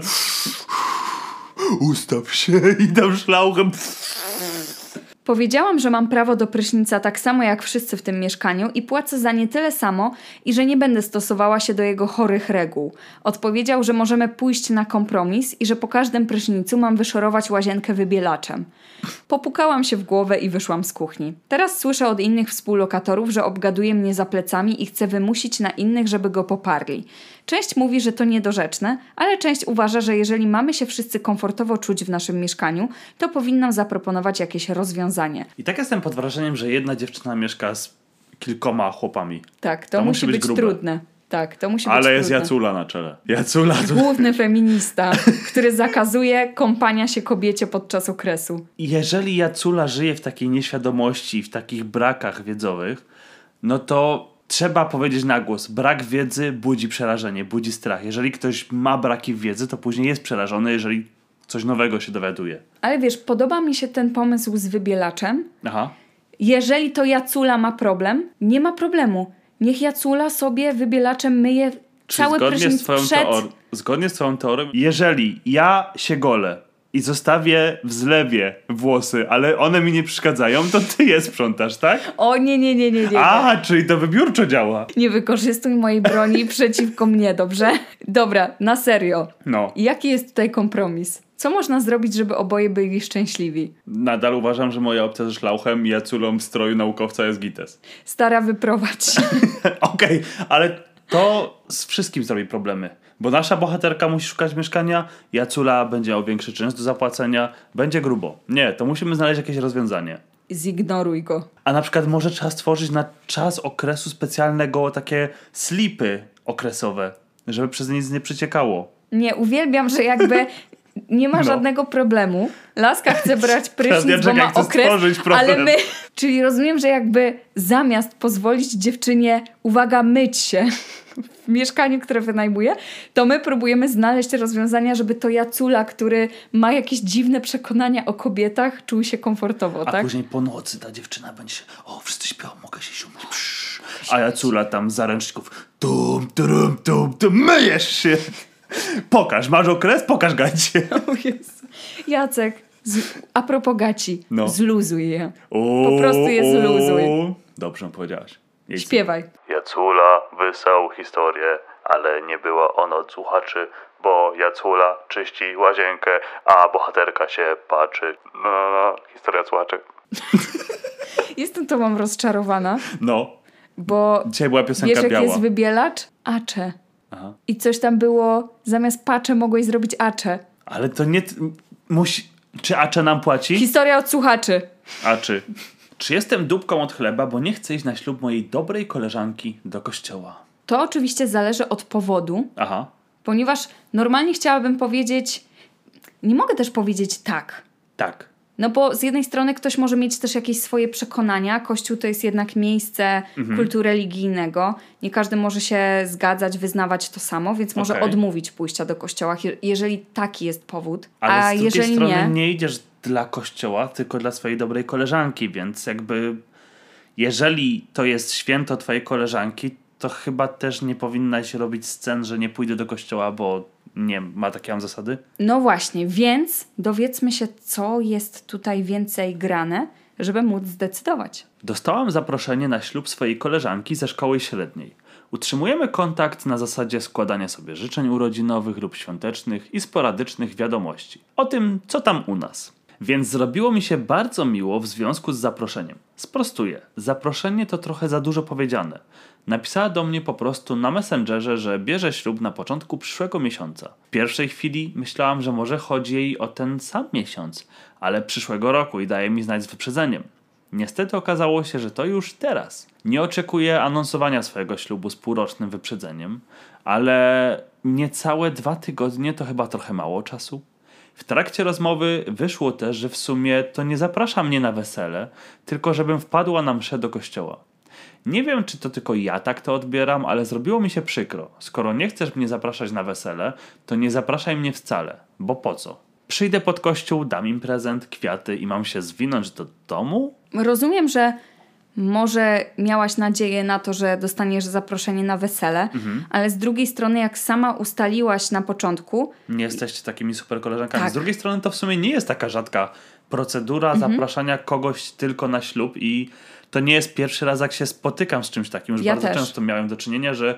Ustaw się i tam szlauchem. Powiedziałam, że mam prawo do prysznica tak samo jak wszyscy w tym mieszkaniu i płacę za nie tyle samo i że nie będę stosowała się do jego chorych reguł. Odpowiedział, że możemy pójść na kompromis i że po każdym prysznicu mam wyszorować łazienkę wybielaczem. Popukałam się w głowę i wyszłam z kuchni. Teraz słyszę od innych współlokatorów, że obgaduje mnie za plecami i chce wymusić na innych, żeby go poparli. Część mówi, że to niedorzeczne, ale część uważa, że jeżeli mamy się wszyscy komfortowo czuć w naszym mieszkaniu, to powinnam zaproponować jakieś rozwiązanie. I tak jestem pod wrażeniem, że jedna dziewczyna mieszka z kilkoma chłopami. Tak, to musi być trudne. Tak, to musi być ale jest trudne. Jacula na czele. Jacula to... Główny feminista, który zakazuje kąpania się kobiecie podczas okresu. Jeżeli Jacula żyje w takiej nieświadomości, w takich brakach wiedzowych, no to trzeba powiedzieć na głos. Brak wiedzy budzi przerażenie, budzi strach. Jeżeli ktoś ma braki wiedzy, to później jest przerażony, jeżeli coś nowego się dowiaduje. Ale wiesz, podoba mi się ten pomysł z wybielaczem. Aha. Jeżeli to Jacula ma problem, nie ma problemu. Niech Jacula sobie wybielaczem myje cały prysznic przed... Zgodnie z twoją teorią, jeżeli ja się golę i zostawię w zlewie włosy, ale one mi nie przeszkadzają, to ty je sprzątasz, tak? O nie. A, czyli to wybiórczo działa. Nie wykorzystuj mojej broni przeciwko mnie, dobrze? Dobra, na serio. No. Jaki jest tutaj kompromis? Co można zrobić, żeby oboje byli szczęśliwi? Nadal uważam, że moja opcja ze szlauchem i Jaculą w stroju naukowca jest gites. Stara, wyprowadź. Okej, ale to z wszystkim zrobi problemy. Bo nasza bohaterka musi szukać mieszkania, Jacula będzie miał większy czynsz do zapłacenia, będzie grubo. Nie, to musimy znaleźć jakieś rozwiązanie. Zignoruj go. A na przykład może trzeba stworzyć na czas okresu specjalnego takie slipy okresowe, żeby przez nic nie przeciekało. Nie, uwielbiam, że jakby nie ma żadnego problemu. Laska chce brać prysznic, bo ma okres, ale my... Czyli rozumiem, że jakby zamiast pozwolić dziewczynie, uwaga, myć się w mieszkaniu, które wynajmuje, to my próbujemy znaleźć rozwiązania, żeby to Jacula, który ma jakieś dziwne przekonania o kobietach, czuł się komfortowo, tak? A później po nocy ta dziewczyna będzie się, o, wszyscy śpią, mogę się siumać. A Jacula tam z zaręczników, myjesz się. Pokaż, masz okres? Pokaż gacie. O Jezu. Jacek, a propos gaci, zluzuj je. Po prostu je zluzuj. Dobrze powiedziałaś. Śpiewaj. Jacula wysłał historię, ale nie było on od słuchaczy, bo Jacula czyści łazienkę, a bohaterka się patrzy. No, historia słuchaczy. Jestem tobą rozczarowana. No. Bo dzisiaj była piosenka wiesz, jak biała. jest wybielacz? Acze. Aha. I coś tam było, zamiast pacze mogłeś zrobić acze. Ale to nie... Czy acze nam płaci? Historia od słuchaczy. Czy jestem dupką od chleba, bo nie chcę iść na ślub mojej dobrej koleżanki do kościoła? To oczywiście zależy od powodu. Aha. Ponieważ normalnie chciałabym powiedzieć... Nie mogę też powiedzieć tak. Tak. No bo z jednej strony ktoś może mieć też jakieś swoje przekonania. Kościół to jest jednak miejsce kultu religijnego. Nie każdy może się zgadzać, wyznawać to samo, więc może odmówić pójścia do kościoła, jeżeli taki jest powód. Ale z drugiej jeżeli strony nie idziesz dla kościoła, tylko dla swojej dobrej koleżanki, więc jakby jeżeli to jest święto twojej koleżanki, to chyba też nie powinnaś robić scen, że nie pójdę do kościoła, bo nie ma takiej zasady. No właśnie, więc dowiedzmy się, co jest tutaj więcej grane, żeby móc zdecydować. Dostałam zaproszenie na ślub swojej koleżanki ze szkoły średniej. Utrzymujemy kontakt na zasadzie składania sobie życzeń urodzinowych lub świątecznych i sporadycznych wiadomości o tym, co tam u nas. Więc zrobiło mi się bardzo miło w związku z zaproszeniem. Sprostuję. Zaproszenie to trochę za dużo powiedziane. Napisała do mnie po prostu na Messengerze, że bierze ślub na początku przyszłego miesiąca. W pierwszej chwili myślałam, że może chodzi jej o ten sam miesiąc, ale przyszłego roku i daje mi znać z wyprzedzeniem. Niestety okazało się, że to już teraz. Nie oczekuję anonsowania swojego ślubu z półrocznym wyprzedzeniem, ale niecałe 2 tygodnie to chyba trochę mało czasu. W trakcie rozmowy wyszło też, że w sumie to nie zaprasza mnie na wesele, tylko żebym wpadła na mszę do kościoła. Nie wiem, czy to tylko ja tak to odbieram, ale zrobiło mi się przykro. Skoro nie chcesz mnie zapraszać na wesele, to nie zapraszaj mnie wcale, bo po co? Przyjdę pod kościół, dam im prezent, kwiaty i mam się zwinąć do domu? Rozumiem, że może miałaś nadzieję na to, że dostaniesz zaproszenie na wesele, ale z drugiej strony, jak sama ustaliłaś na początku... Nie jesteście takimi super koleżankami. Tak. Z drugiej strony to w sumie nie jest taka rzadka procedura zapraszania kogoś tylko na ślub i to nie jest pierwszy raz, jak się spotykam z czymś takim. Już Ja bardzo też. często miałem do czynienia, że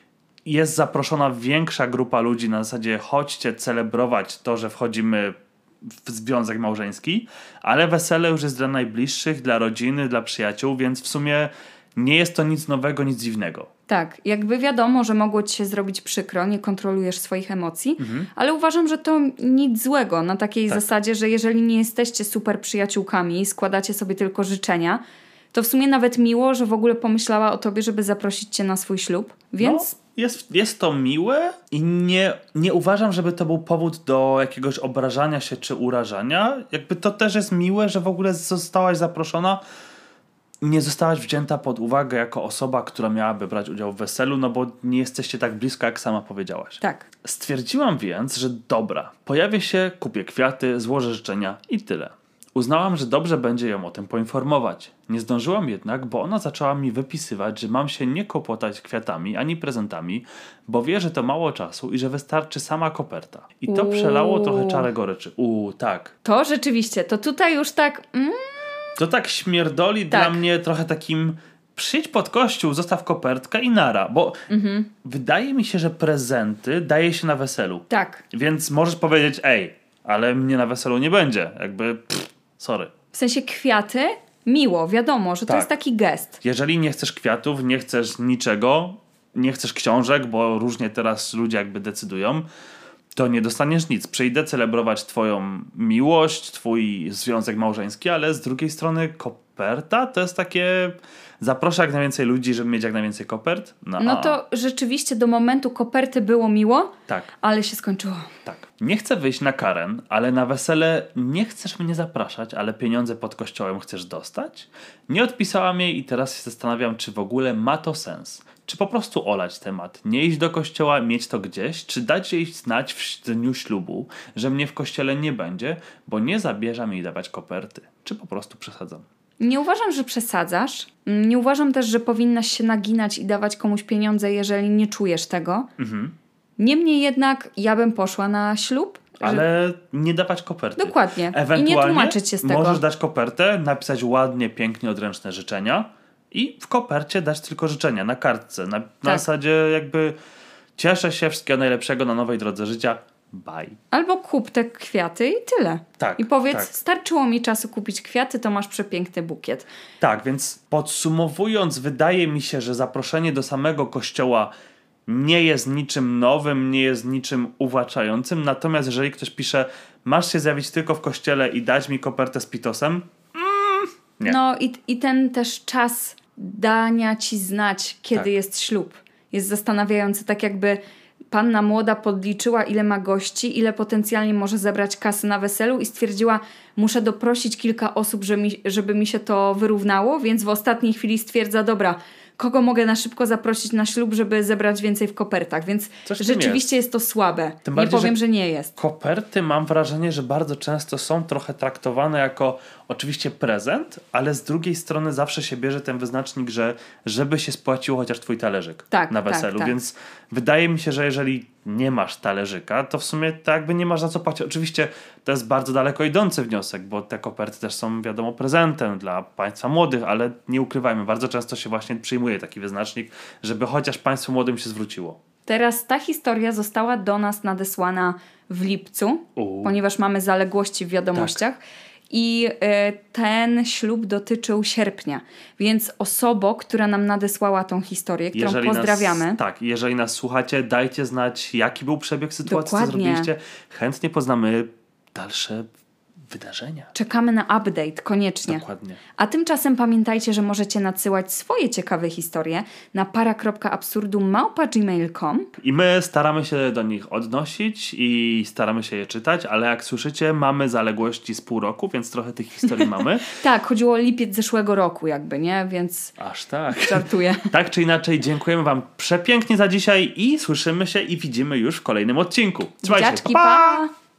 jest zaproszona większa grupa ludzi na zasadzie chodźcie celebrować to, że wchodzimy w związek małżeński, ale wesele już jest dla najbliższych, dla rodziny, dla przyjaciół, więc w sumie nie jest to nic nowego, nic dziwnego. Tak, jakby wiadomo, że mogło ci się zrobić przykro, nie kontrolujesz swoich emocji, ale uważam, że to nic złego na takiej zasadzie, że jeżeli nie jesteście super przyjaciółkami i składacie sobie tylko życzenia, to w sumie nawet miło, że w ogóle pomyślała o tobie, żeby zaprosić cię na swój ślub, więc... No, jest to miłe i nie uważam, żeby to był powód do jakiegoś obrażania się czy urażania. Jakby to też jest miłe, że w ogóle zostałaś zaproszona. Nie zostałaś wzięta pod uwagę jako osoba, która miałaby brać udział w weselu, no bo nie jesteście tak blisko, jak sama powiedziałaś. Tak. Stwierdziłam więc, że dobra, pojawię się, kupię kwiaty, złożę życzenia i tyle. Uznałam, że dobrze będzie ją o tym poinformować. Nie zdążyłam jednak, bo ona zaczęła mi wypisywać, że mam się nie kłopotać kwiatami ani prezentami, bo wie, że to mało czasu i że wystarczy sama koperta. I to przelało trochę czarę goryczy. Tak. To rzeczywiście, to tutaj już tak... To tak śmierdoli dla mnie trochę takim przyjdź pod kościół, zostaw kopertkę i nara. Bo wydaje mi się, że prezenty daje się na weselu. Tak. Więc możesz powiedzieć, ale mnie na weselu nie będzie. Jakby, sorry. W sensie kwiaty, miło, wiadomo, że to jest taki gest. Jeżeli nie chcesz kwiatów, nie chcesz niczego, nie chcesz książek, bo różnie teraz ludzie jakby decydują, to nie dostaniesz nic. Przyjdę celebrować twoją miłość, twój związek małżeński, ale z drugiej strony koperta to jest takie... Zaproszę jak najwięcej ludzi, żeby mieć jak najwięcej kopert. No to rzeczywiście do momentu koperty było miło, ale się skończyło. Tak. Nie chcę wyjść na Karen, ale na wesele nie chcesz mnie zapraszać, ale pieniądze pod kościołem chcesz dostać? Nie odpisałam jej i teraz się zastanawiam, czy w ogóle ma to sens. Czy po prostu olać temat, nie iść do kościoła, mieć to gdzieś, czy dać jej znać w dniu ślubu, że mnie w kościele nie będzie, bo nie zabierzam jej dawać koperty. Czy po prostu przesadzam? Nie uważam, że przesadzasz. Nie uważam też, że powinnaś się naginać i dawać komuś pieniądze, jeżeli nie czujesz tego. Niemniej jednak ja bym poszła na ślub. Ale nie dawać koperty. Dokładnie. Ewentualnie i nie tłumaczyć się z tego. Możesz dać kopertę, napisać ładnie, pięknie odręczne życzenia i w kopercie dać tylko życzenia na kartce. Na zasadzie jakby cieszę się, wszystkiego najlepszego na nowej drodze życia. Bye. Albo kup te kwiaty i tyle. Tak, I powiedz, starczyło mi czasu kupić kwiaty, to masz przepiękny bukiet. Tak, więc podsumowując, wydaje mi się, że zaproszenie do samego kościoła nie jest niczym nowym, nie jest niczym uwłaczającym. Natomiast jeżeli ktoś pisze, masz się zjawić tylko w kościele i dać mi kopertę z pitosem, nie. No i ten też czas dania ci znać, kiedy jest ślub. Jest zastanawiający, tak jakby panna młoda podliczyła, ile ma gości, ile potencjalnie może zebrać kasy na weselu i stwierdziła, muszę doprosić kilka osób, żeby mi się to wyrównało, więc w ostatniej chwili stwierdza, dobra, kogo mogę na szybko zaprosić na ślub, żeby zebrać więcej w kopertach, więc rzeczywiście jest to słabe. Tym nie bardziej, powiem, że nie jest. Koperty mam wrażenie, że bardzo często są trochę traktowane jako oczywiście prezent, ale z drugiej strony zawsze się bierze ten wyznacznik, że żeby się spłaciło chociaż twój talerzyk na weselu, więc wydaje mi się, że jeżeli nie masz talerzyka, to w sumie tak jakby nie masz za co płacić. Oczywiście to jest bardzo daleko idący wniosek, bo te koperty też są, wiadomo, prezentem dla państwa młodych, ale nie ukrywajmy, bardzo często się właśnie przyjmuje taki wyznacznik, żeby chociaż państwu młodym się zwróciło. Teraz ta historia została do nas nadesłana w lipcu, ponieważ mamy zaległości w wiadomościach. Tak. I ten ślub dotyczył sierpnia. Więc osobą, która nam nadesłała tą historię, którą pozdrawiamy. Jeżeli nas słuchacie, dajcie znać, jaki był przebieg sytuacji, co zrobiliście. Chętnie poznamy dalsze wydarzenia. Czekamy na update, koniecznie. Dokładnie. A tymczasem pamiętajcie, że możecie nadsyłać swoje ciekawe historie na para.absurdum@gmail.com. I my staramy się do nich odnosić i staramy się je czytać, ale jak słyszycie, mamy zaległości z pół roku, więc trochę tych historii mamy. Tak, chodziło o lipiec zeszłego roku jakby, nie? Więc aż tak. Żartuję. Tak czy inaczej, dziękujemy wam przepięknie za dzisiaj i słyszymy się i widzimy już w kolejnym odcinku. Trzymajcie się, pa!